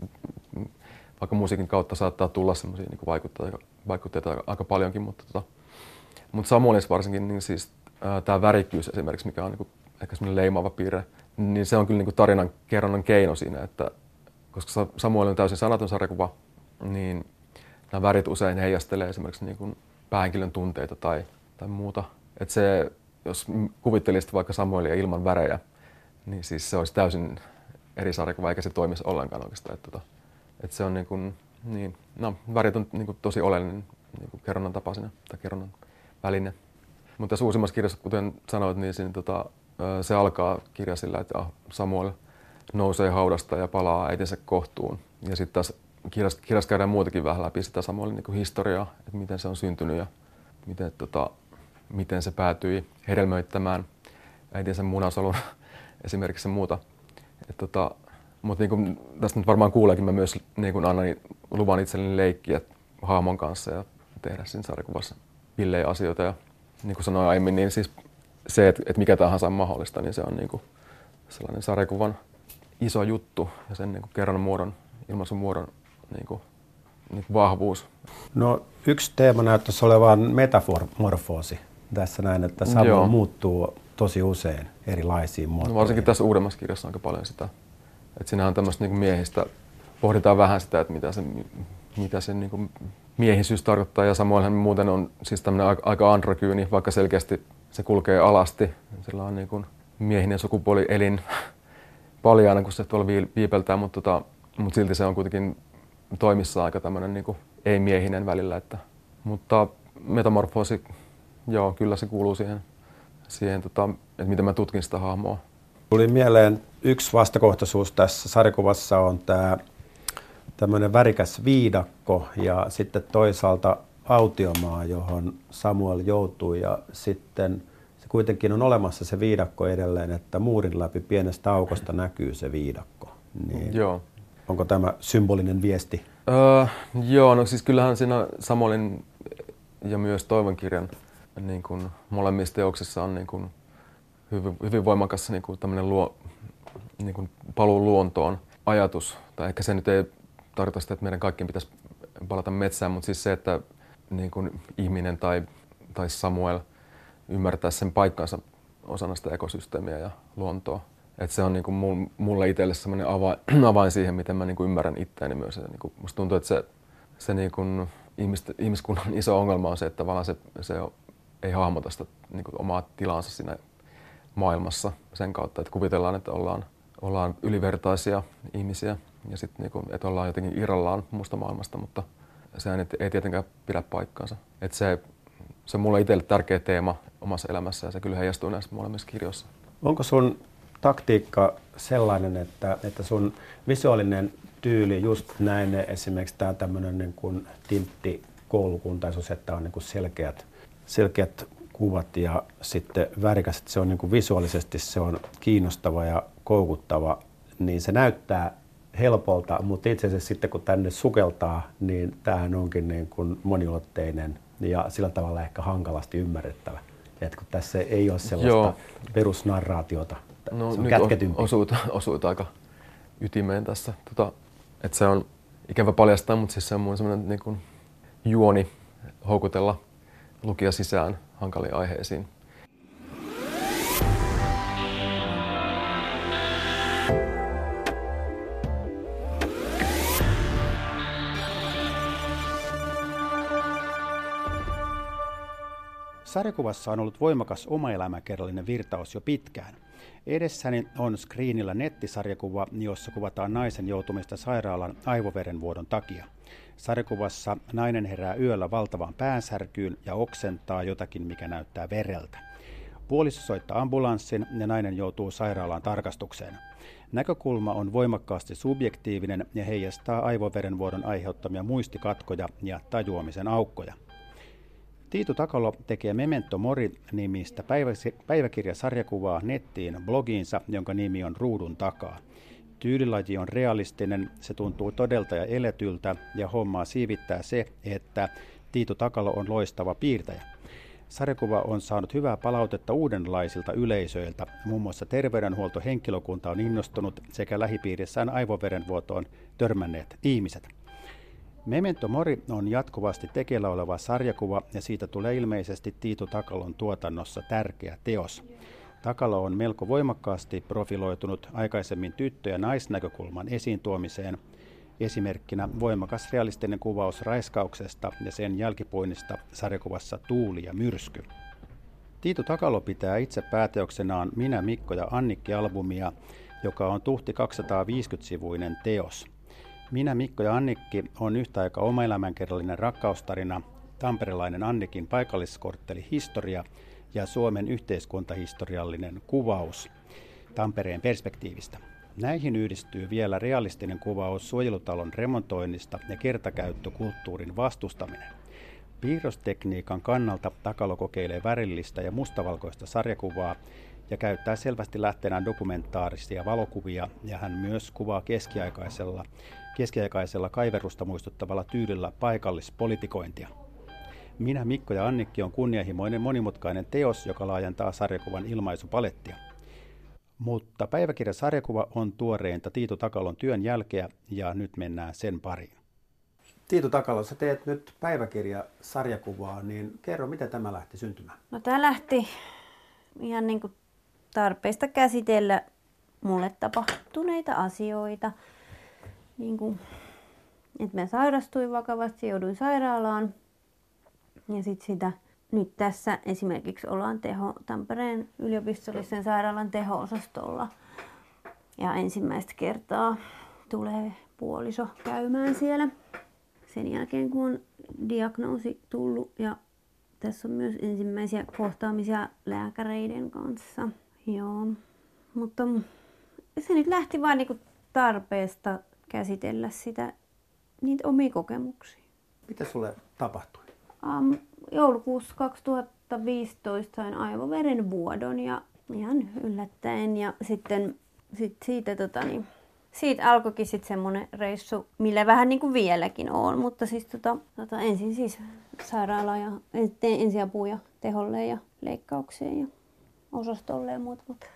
vaikka musiikin kautta saattaa tulla semmoisia niin vaikutteita, vaikutteita aika paljonkin, mutta, tota, mutta Samuelissa varsinkin niin siis tämä värikkyys esimerkiksi, mikä on niin kuin ehkä semmoinen leimaava piirre, niin se on kyllä niin kuin tarinan kerronnan keino siinä, että koska Samuel on täysin sanaton sarjakuva, niin nämä värit usein heijastelee esimerkiksi niin kuin päähenkilön tunteita tai, tai muuta. Et se, jos kuvittelisit vaikka Samuelia ilman värejä, niin siis se olisi täysin eri sarjakuva, eikä se toimisi ollenkaan oikeastaan. Et, tota, et se on niin kuin, niin, no, värit on niin kuin tosi oleellinen niin kuin kerronnan tapasina tai kerronnan väline. Mutta tässä uusimmassa kirjassa, kuten sanoit, niin siinä, tota, se alkaa kirja sillä, että Samuel nousee haudasta ja palaa äitinsä kohtuun. Ja sitten taas kirjassa, kirjassa käydään muutakin vähän läpi sitä Samuelin niin kuin historiaa, että miten se on syntynyt ja miten, tota, miten se päätyi hedelmöittämään äitinsä munasolun esimerkiksi ja muuta. Tota, mutta niin kuin tästä nyt varmaan kuuleekin, mä myös niin kuin annan luvan itselleni leikkiä hahmon kanssa ja tehdä siinä sarjakuvassa pillejä asioita. Ja niin kuin sanoin aiemmin, niin siis se, että, että mikä tahansa on mahdollista, niin se on niin kuin sellainen sarjakuvan iso juttu ja sen niin kuin kerronnan muodon, ilmaisun muodon niin kuin, niin kuin vahvuus. No yksi teema näyttäisi olevan metamorfoosi tässä näin, että Samuel muuttuu tosi usein erilaisiin muotoihin. No varsinkin tässä uudemmassa kirjassa on aika paljon sitä. Että siinähän on tämmöistä niin kuin miehistä, pohditaan vähän sitä, että mitä se, mitä se niin kuin miehisyys tarkoittaa. Ja Samuelhan muuten on siis tämmöinen aika androgyyni, vaikka selkeästi se kulkee alasti. Sillä on niin kuin miehinen sukupuolielin paljaana, kun se tuolla viipeltää, mutta, tota, mutta silti se on kuitenkin toimissa aika tämmöinen niin kuin ei-miehinen välillä. Että, mutta metamorfoosi, joo, kyllä se kuuluu siihen, siihen tota, että miten mä tutkin sitä hahmoa. Tuli mieleen yksi vastakohtaisuus tässä sarjakuvassa on tämä tämmöinen värikäs viidakko ja sitten toisaalta autiomaa, johon Samuel joutui ja sitten se kuitenkin on olemassa se viidakko edelleen, että muurin läpi pienestä aukosta näkyy se viidakko. Niin joo. Onko tämä symbolinen viesti? Öö, joo, no siis kyllähän siinä Samuelin ja myös Toivon kirjan niin kuin molemmissa teoksissa on niin kuin hyvin, hyvin voimakas niin kuin tämmöinen luo, niin kuin paluu luontoon ajatus. Tai ehkä se nyt ei tarkoita sitä, että meidän kaikkien pitäisi palata metsään, mutta siis se, että niin kuin ihminen tai, tai Samuel ymmärtää sen paikkansa osana sitä ekosysteemiä ja luontoa. Et se on niin kuin mulle itselle sellainen avain, avain siihen, miten mä niin kuin ymmärrän itseäni myös. Ja niin kuin musta tuntuu, että se, se niin kuin ihmist, ihmiskunnan iso ongelma on se, että tavallaan se, se ei hahmota sitä niin kuin omaa tilansa siinä maailmassa sen kautta, että kuvitellaan, että ollaan, ollaan ylivertaisia ihmisiä. ja sitten niinku, että ollaan jotenkin irrallaan muusta maailmasta, mutta sehän ei, ei tietenkään pidä paikkaansa. Et se, se on mulle itselle tärkeä teema omassa elämässä ja se kyllä heijastuu näissä molemmissa kirjoissa. Onko sun taktiikka sellainen, että, että sun visuaalinen tyyli just näin esimerkiksi tämä tämmöinen niin kuin tinttikoulukuntaisuus, että on niin kuin selkeät, selkeät kuvat ja sitten värikäs, että se on niin kuin visuaalisesti se on kiinnostava ja koukuttava, niin se näyttää helpolta, mutta itse asiassa sitten kun tänne sukeltaa, niin tämähän onkin niin kuin moniulotteinen ja sillä tavalla ehkä hankalasti ymmärrettävä. Et kun tässä ei ole sellaista Joo. perusnarraatiota, no, se on nyt kätketympi. Osuit, osuit aika ytimeen tässä. Tota, että se on ikävä paljastaa, mutta siis se on mun semmoinen niin kuin juoni houkutella lukija sisään hankaliin aiheisiin. Sarjakuvassa on ollut voimakas omaelämäkerrallinen virtaus jo pitkään. Edessäni on screenillä nettisarjakuva, jossa kuvataan naisen joutumista sairaalan aivoverenvuodon takia. Sarjakuvassa nainen herää yöllä valtavaan päänsärkyyn ja oksentaa jotakin, mikä näyttää vereltä. Puoliso soittaa ambulanssin ja nainen joutuu sairaalaan tarkastukseen. Näkökulma on voimakkaasti subjektiivinen ja heijastaa aivoverenvuodon aiheuttamia muistikatkoja ja tajuamisen aukkoja. Tiitu Takalo tekee Memento Mori-nimistä päiväkirjasarjakuvaa nettiin blogiinsa, jonka nimi on Ruudun takaa. Tyylilaji on realistinen, se tuntuu todelta ja eletyltä ja hommaa siivittää se, että Tiitu Takalo on loistava piirtäjä. Sarjakuva on saanut hyvää palautetta uudenlaisilta yleisöiltä, muun muassa terveydenhuoltohenkilökunta on innostunut sekä lähipiirissään aivoverenvuotoon törmänneet ihmiset. Memento Mori on jatkuvasti tekeillä oleva sarjakuva ja siitä tulee ilmeisesti Tiitu Takalon tuotannossa tärkeä teos. Takalo on melko voimakkaasti profiloitunut aikaisemmin tyttö- ja naisnäkökulman esiin tuomiseen. Esimerkkinä voimakas realistinen kuvaus raiskauksesta ja sen jälkipuinnista sarjakuvassa Tuuli ja myrsky. Tiitu Takalo pitää itse pääteoksenaan Minä, Mikko ja Annikki-albumia, joka on tuhti kaksisataaviisikymmentä-sivuinen teos. Minä, Mikko ja Annikki on yhtä aikaa omaelämänkerrallinen rakkaustarina, tamperelainen Annikin paikalliskortteli historia ja Suomen yhteiskuntahistoriallinen kuvaus Tampereen perspektiivistä. Näihin yhdistyy vielä realistinen kuvaus suojelutalon remontoinnista ja kertakäyttökulttuurin vastustaminen. Piirrostekniikan kannalta Takalo kokeilee värillistä ja mustavalkoista sarjakuvaa ja käyttää selvästi lähteenään dokumentaarisia valokuvia, ja hän myös kuvaa keskiaikaisella, keskiaikaisella kaiverusta muistuttavalla tyylillä paikallispolitikointia. Minä, Mikko ja Annikki on kunnianhimoinen monimutkainen teos, joka laajentaa sarjakuvan ilmaisupalettia. Mutta päiväkirjasarjakuva on tuoreinta Tiitu Takalon työn jälkeä, ja nyt mennään sen pariin. Tiitu Takalo, sä teet nyt päiväkirjasarjakuvaa, niin kerro, miten tämä lähti syntymään? No tämä lähti ihan niin kuin tarpeesta käsitellä mulle tapahtuneita asioita. Niin kuin, että mä sairastuin vakavasti, jouduin sairaalaan ja sitten sitä nyt tässä esimerkiksi ollaan teho, Tampereen yliopistollisen sairaalan teho-osastolla ja ensimmäistä kertaa tulee puoliso käymään siellä sen jälkeen kun on diagnoosi tullut ja tässä on myös ensimmäisiä kohtaamisia lääkäreiden kanssa. Joo, mutta se nyt lähti vaan niinku tarpeesta käsitellä sitä, niitä omia kokemuksia. Mitä sulle tapahtui? Um, joulukuussa kaksituhattaviisitoista sain aivoverenvuodon ja ihan yllättäen ja sitten sit siitä, tota, niin, siitä alkoikin sitten semmoinen reissu, millä vähän niin kuin vieläkin on, mutta siis tota, tota, ensin siis sairaalaan ja tein ensiapuja teholle ja leikkaukseen ja osastolle ja muuta. Mutta,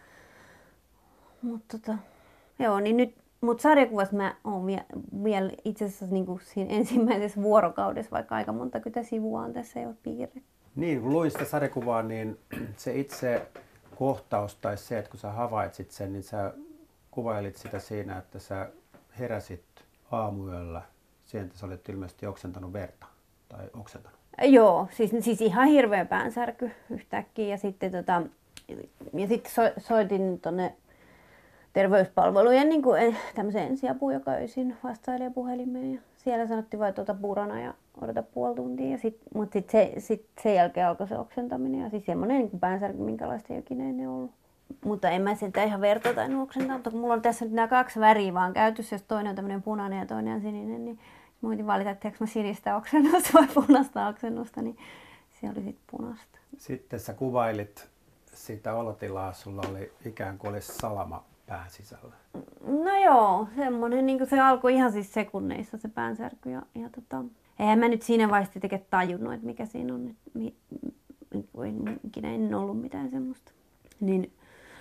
mutta tota, joo, niin nyt, mutta sarjakuvassa mä oon vielä, vielä itse asiassa niin kuin siinä ensimmäisessä vuorokaudessa, vaikka aika monta kytä sivua on tässä jo piirretty. Niin, kun luin sitä sarjakuvaa, niin se itse kohtaus tai se, että kun sä havaitsit sen, niin sä kuvailit sitä siinä, että sä heräsit aamuyöllä siihen, että sä olet ilmeisesti oksentanut verta tai oksentanut. Joo, siis, siis ihan hirveä päänsärky yhtäkkiä ja sitten tota, ja sitten so, soitin tuonne terveyspalvelujen niin kuin, tämmöisen ensiapuun, joka öisin vastailee puhelimeen. Ja siellä sanottiin vain tuota purana ja odota puoli tuntia. Ja sit, mutta sitten se, sit sen jälkeen alkoi se oksentaminen ja siis semmoinen niin päänsärky, minkälaista ei ikinä ennen ollut. Mutta en mä sitä ihan verta tai oksentaa, mutta kun mulla on tässä nyt nämä kaksi väriä vaan käytössä, jos toinen on tämmöinen punainen ja toinen on sininen, niin mä voitin valita, että teekö mä sinistä oksennusta vai punaista oksennusta, niin se oli sitten punaista. Sitten sä kuvailit sitä olotilaa, sulla oli ikään kuin olisi salama pään sisällä. No joo, semmoinen, niin se alkoi ihan siis sekunneissa se päänsärky. Ja, ja tota, eihän mä nyt siinä vaiheessa tietenkään tajunnut, että mikä siinä on. Mi, en, ikinä en ollut mitään semmoista. Niin,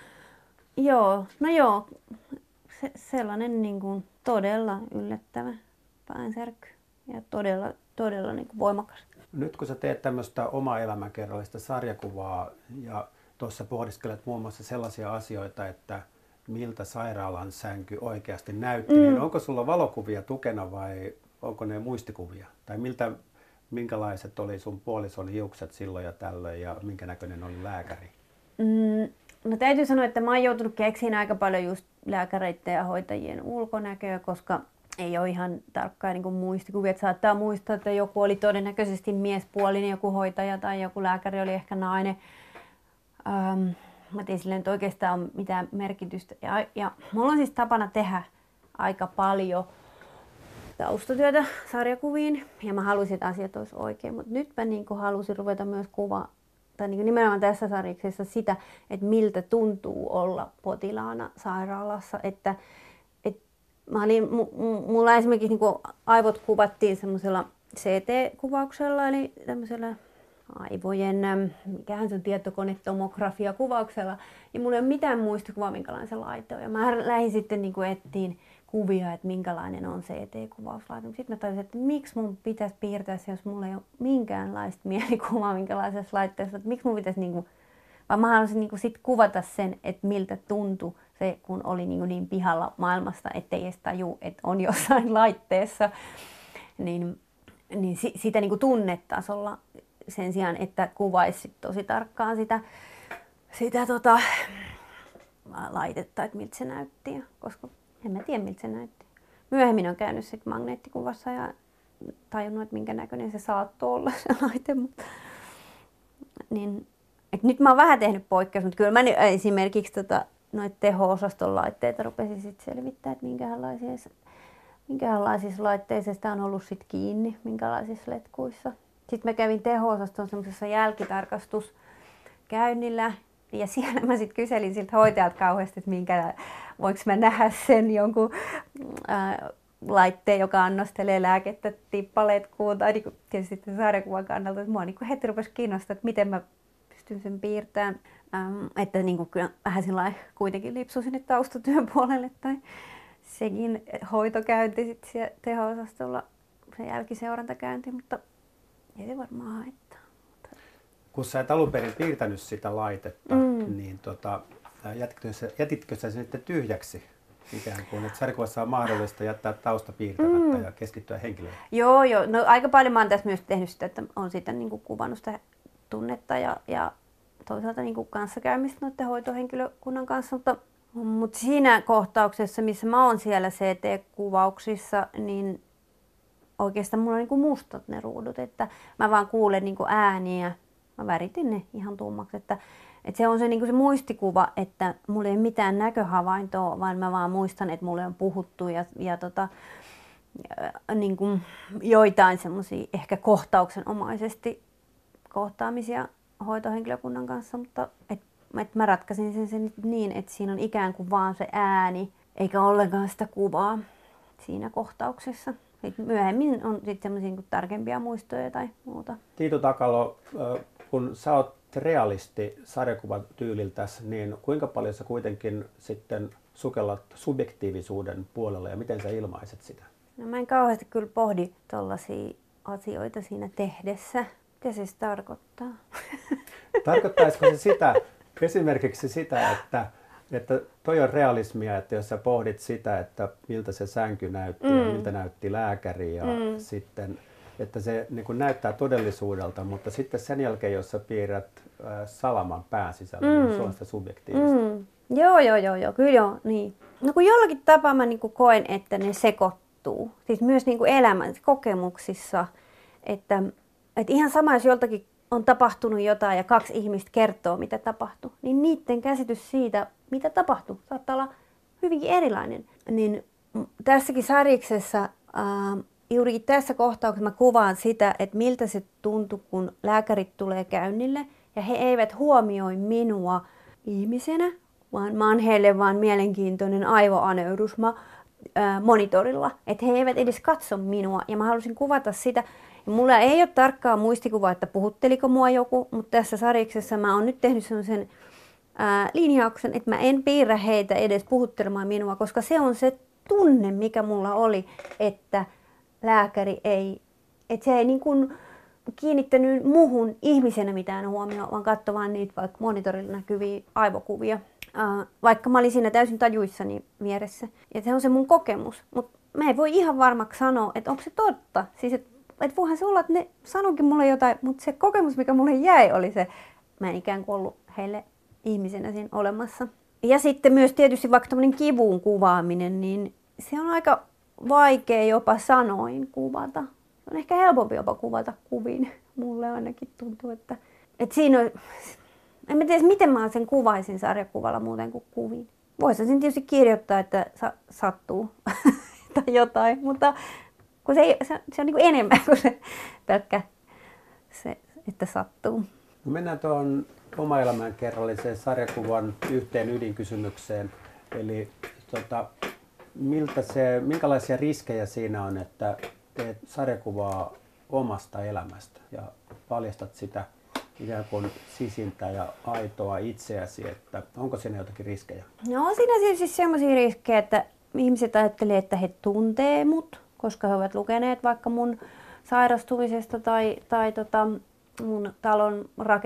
joo, no joo, se, sellainen niin kuin todella yllättävä päänsärky ja todella, todella niin kuin voimakas. Nyt kun sä teet tämmöistä oma elämänkerrallista sarjakuvaa ja tuossa pohdiskelet muun muassa sellaisia asioita, että miltä sairaalan sänky oikeasti näytti, mm. niin onko sulla valokuvia tukena vai onko ne muistikuvia? Tai miltä, minkälaiset oli sun puolison hiukset silloin ja tällöin ja minkä näköinen oli lääkäri? Mm, no täytyy sanoa, että mä oon joutunut keksimään aika paljon just lääkäreiden ja hoitajien ulkonäköä, koska ei ole ihan tarkkaan niin kuin muistikuvia. Että saattaa muistaa, että joku oli todennäköisesti miespuolinen, joku hoitaja tai joku lääkäri oli ehkä nainen. Ähm, Mä tein silleen, että oikeastaan on mitään merkitystä. Ja, ja mulla on siis tapana tehdä aika paljon taustatyötä sarjakuviin. Ja mä halusin, että asiat olisi oikein. Mutta nyt mä niin halusin ruveta myös kuvaa, tai niin nimenomaan tässä sarjiksessa sitä, että miltä tuntuu olla potilaana sairaalassa. Että, et mä olin, mulla esimerkiksi niin aivot kuvattiin semmoisella C T-kuvauksella, eli tämmöisellä aivojen, mikähän se on, tietokonetomografia kuvauksella. Ja mulla ei ole mitään muistikuvaa, minkälainen se laite on. Ja mä lähdin sitten niin kuin etsiin kuvia, että minkälainen on C T-kuvauslaite. Sitten mä tajusin, että miksi mun pitäisi piirtää se, jos mulla ei ole minkäänlaista mielikuvaa minkälaisessa laitteessa. Että miksi mun pitäisi, niin kuin, vaan mä haluaisin niin kuin sit kuvata sen, että miltä tuntui se, kun oli niin, niin pihalla maailmasta, ettei edes tajua, että on jossain laitteessa. Niin, niin sitä niin kuin tunnetasolla. Sen sijaan, että kuvaisi tosi tarkkaan sitä, sitä tota, laitetta, että miltä se näytti. Koska en mä tiedä, miltä se näytti. Myöhemmin on käynyt sitten magneettikuvassa ja tajunnut, että minkä näköinen se saattoi olla se laite. Mutta, niin, et nyt mä oon vähän tehnyt poikkeus, mutta kyllä mä esimerkiksi tota, noita teho-osaston laitteita rupesin sitten selvittämään, että minkälaisissa, minkälaisissa laitteissa sitä on ollut sit kiinni, minkälaisissa letkuissa. Sitten mä kävin teho-osaston semmoisessa jälkitarkastuskäynnillä ja siellä mä sitten kyselin siltä hoitajalta kauheasti, että minkä, voinko mä nähdä sen jonkun ää, laitteen, joka annostelee lääkettä tippaletkuun tai niin tietysti sitten sarjakuvan kannalta, että mua niin heti rupesi kiinnostaa, että miten mä pystyn sen piirtämään, ähm, että niin kyllä vähän sillä kuitenkin lipsui sinne taustatyön puolelle tai sekin hoitokäynti sitten siellä teho-osastolla, se jälkiseurantakäynti, mutta ei se varmaan haittaa. Kun sä et alun perin piirtänyt sitä laitetta, mm. niin tota, jätitkö, sä, jätitkö sä sen sitten tyhjäksi? Ikään kuin, että sarjakuvassa on mahdollista jättää tausta piirtämättä mm. ja keskittyä henkilöön. Joo, joo. No, aika paljon mä oon tässä myös tehnyt sitä, että olen sitten niin kuin kuvannut sitä tunnetta ja, ja toisaalta niin kuin kanssakäymistä noiden hoitohenkilökunnan kanssa. Mutta, mutta siinä kohtauksessa, missä mä oon siellä C T-kuvauksissa, niin oikeastaan mulla on niin kuin mustat ne ruudut, että mä vaan kuulen niin kuin ääniä. Mä väritin ne ihan tummaksi, että, että se on se, niin kuin se muistikuva, että mulla ei ole mitään näköhavaintoa, vaan mä vaan muistan, että mulle on puhuttu ja, ja tota, niin kuin joitain semmoisia ehkä kohtauksenomaisesti kohtaamisia hoitohenkilökunnan kanssa, mutta et, et mä ratkaisin sen, sen niin, että siinä on ikään kuin vaan se ääni, eikä ollenkaan sitä kuvaa siinä kohtauksessa. Sitten myöhemmin on sitten semmoisia niin kuin tarkempia muistoja tai muuta. Tiito Takalo, kun sä oot realisti sarjakuvatyyliltäsi, niin kuinka paljon sä kuitenkin sitten sukellat subjektiivisuuden puolella ja miten sä ilmaiset sitä? No mä en kauheasti kyllä pohdi tollaisia asioita siinä tehdessä. Mitä se tarkoittaa? Tarkoittaisiko se sitä, esimerkiksi sitä, että, että toi on realismia, että jos sä pohdit sitä, että miltä se sänky näytti mm. ja miltä näytti lääkäri ja mm. sitten, että se niin kuin näyttää todellisuudelta, mutta sitten sen jälkeen, jos sä piirrät äh, salaman pään sisällä, mm. niin se on sitä subjektiivista. Mm. Joo, joo, joo, joo, kyllä joo, niin. No kun jollakin tapaa mä niin kuin koen, että ne sekoittuu, siis myös niin kuin elämän kokemuksissa, että, että ihan sama, jos joltakin on tapahtunut jotain ja kaksi ihmistä kertoo, mitä tapahtui, niin niiden käsitys siitä, mitä tapahtui, saattaa olla hyvinkin erilainen. Niin tässäkin sarjiksessa, ää, juurikin tässä kohtauksessa mä kuvaan sitä, että miltä se tuntui, kun lääkärit tulee käynnille ja he eivät huomioi minua ihmisenä, vaan mä oon heille vaan mielenkiintoinen aivoaneurysma ää, monitorilla. Että he eivät edes katso minua ja mä halusin kuvata sitä. Ja mulla ei ole tarkkaa muistikuvaa, että puhutteliko mua joku, mutta tässä sarjiksessa mä oon nyt tehnyt sellaisen ää, linjauksen, että mä en piirrä heitä edes puhuttelemaan minua, koska se on se tunne, mikä mulla oli, että lääkäri ei, että se ei niin kuin kiinnittänyt muhun ihmisenä mitään huomioon, vaan katsoi vaan niitä vaikka monitorilla näkyviä aivokuvia. Uh, vaikka mä olin siinä täysin tajuissani vieressä. Ja se on se mun kokemus. Mutta mä en voi ihan varmaksi sanoa, että onko se totta. Siis että et voihan se olla, että ne sanoikin mulle jotain, mutta se kokemus, mikä mulle jäi, oli se, mä en ikään kuin ollut heille ihmisenä siinä olemassa. Ja sitten myös tietysti vaikka tämmöinen kivun kuvaaminen, niin se on aika vaikea jopa sanoin kuvata. Se on ehkä helpompi jopa kuvata kuvin. Mulle ainakin tuntuu, että, että siinä on... En mä tiedä, miten mä sen kuvaisin sarjakuvalla muuten kuin kuvin. Voisin sen tietysti kirjoittaa, että sa- sattuu tai jotain, mutta kun se, ei, se, se on niin kuin enemmän kuin se pelkkä se, että sattuu. No mennään tuon oma elämän kerralliseen sarjakuvan yhteen ydinkysymykseen. Eli tota, miltä se, minkälaisia riskejä siinä on, että teet sarjakuvaa omasta elämästä ja paljastat sitä ikään kuin sisintä ja aitoa itseäsi, että onko siinä jotakin riskejä? No on siinä siis sellaisia riskejä, että ihmiset ajattelee, että he tuntee mut, koska he ovat lukeneet vaikka mun sairastumisesta tai, tai tota, mun talon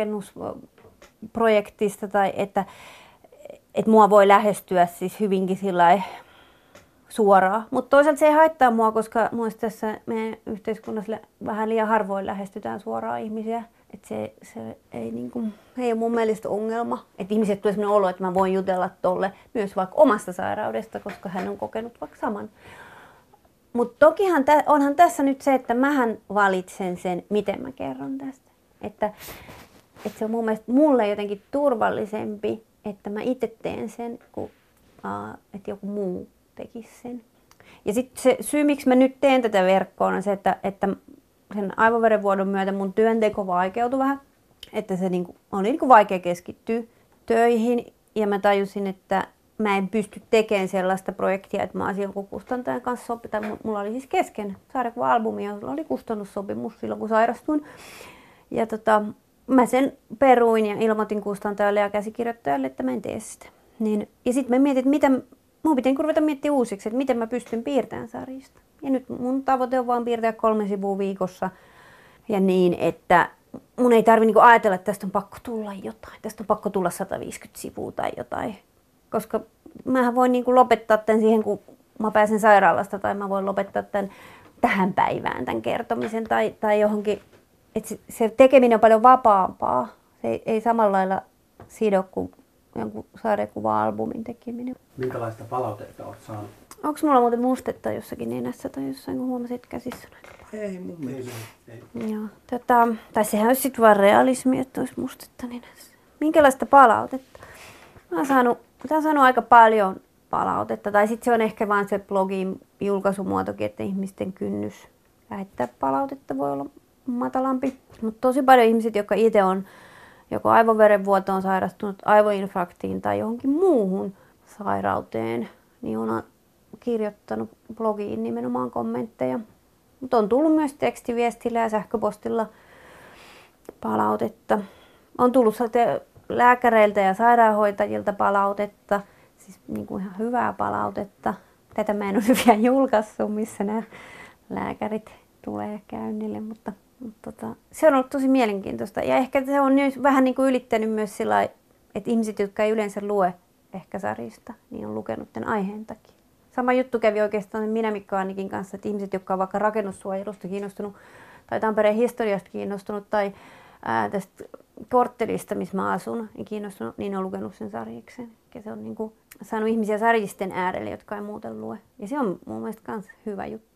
rakennusprojektista, tai että, että mua voi lähestyä siis hyvinkin sillai suoraan. Mutta toisaalta se ei haittaa mua, koska muista tässä meidän yhteiskunnassa vähän liian harvoin lähestytään suoraan ihmisiä. Että se, se ei, niinku, ei ole mun mielestä ongelma. Että ihmiset tulee sellainen olo, että mä voin jutella tolle myös vaikka omasta sairaudesta, koska hän on kokenut vaikka saman. Mutta tokihan tä, onhan tässä nyt se, että mähän valitsen sen, miten mä kerron tästä. Että, että se on mun mielestä mulle jotenkin turvallisempi, että mä itse teen sen, kuin uh, että joku muu tekisi sen. Ja sitten se syy, miksi mä nyt teen tätä verkkoa, on se, että, että sen aivoverenvuodon myötä mun työnteko vaikeutui vähän. Että se niinku, oli niinku vaikea keskittyä töihin. Ja mä tajusin, että mä en pysty tekemään sellaista projektia, että mä olisin jonkun kustantajan kanssa sopita. Mulla oli siis kesken sarjakuva-albumi, jolla oli kustannussopimus silloin, kun sairastuin. Ja tota, mä sen peruin ja ilmoitin kustantajalle ja käsikirjoittajalle, että mä en tee sitä. Niin, ja sitten mä mietin, että mitä, mun pitää ruveta miettimään uusiksi, että miten mä pystyn piirtämään sarjista. Ja nyt mun tavoite on vaan piirtää kolme sivua viikossa. Ja niin, että mun ei tarvitse niinku ajatella, että tästä on pakko tulla jotain. Tästä on pakko tulla sata viisikymmentä sivua tai jotain. Koska mähän voin niinku lopettaa tämän siihen, kun mä pääsen sairaalasta. Tai mä voin lopettaa tämän tähän päivään, tämän kertomisen. Tai, tai johonkin. Että se, se tekeminen on paljon vapaampaa. Se ei, ei samalla lailla sido kuin jonkun sarjakuva-albumin tekeminen. Minkälaista palautetta olet saanut? Onko mulla muuten mustetta jossakin nenässä tai jossain, kun huomasit käsissä? Ei mun mielestä. Ei. Joo. Tota, tai sehän olisi sitten vaan realismi, että olisi mustetta nenässä. Minkälaista palautetta? Mä oon saanut, mä oon saanut aika paljon palautetta. Tai sitten se on ehkä vaan se blogin julkaisumuotokin, että ihmisten kynnys lähettää palautetta voi olla matalampi. Mutta tosi paljon ihmiset, jotka itse on joko aivoverenvuotoon sairastunut, aivoinfarktiin tai johonkin muuhun sairauteen, niin on kirjoittanut blogiin nimenomaan kommentteja. Mutta on tullut myös tekstiviestillä ja sähköpostilla palautetta. On tullut lääkäreiltä ja sairaanhoitajilta palautetta, siis niin kuin ihan hyvää palautetta. Tätä mä en ole vielä julkaissut, missä nämä lääkärit tulee käynnille, mutta, mutta tota, se on ollut tosi mielenkiintoista. Ja ehkä se on vähän niin kuin ylittänyt myös sillä, että ihmiset, jotka ei yleensä lue ehkä sarjista, niin on lukenut tämän aiheen takia. Sama juttu kävi oikeastaan minä Mikko Annikin kanssa, että ihmiset, jotka on vaikka rakennussuojelusta kiinnostunut tai Tampereen historiasta kiinnostunut tai ää, tästä korttelista, missä mä asun, niin kiinnostunut, niin on lukenut sen sarjiksen. ehkä se on niin kuin saanut ihmisiä sarjisten äärelle, jotka ei muuten lue. Ja se on mun mielestä myös hyvä juttu.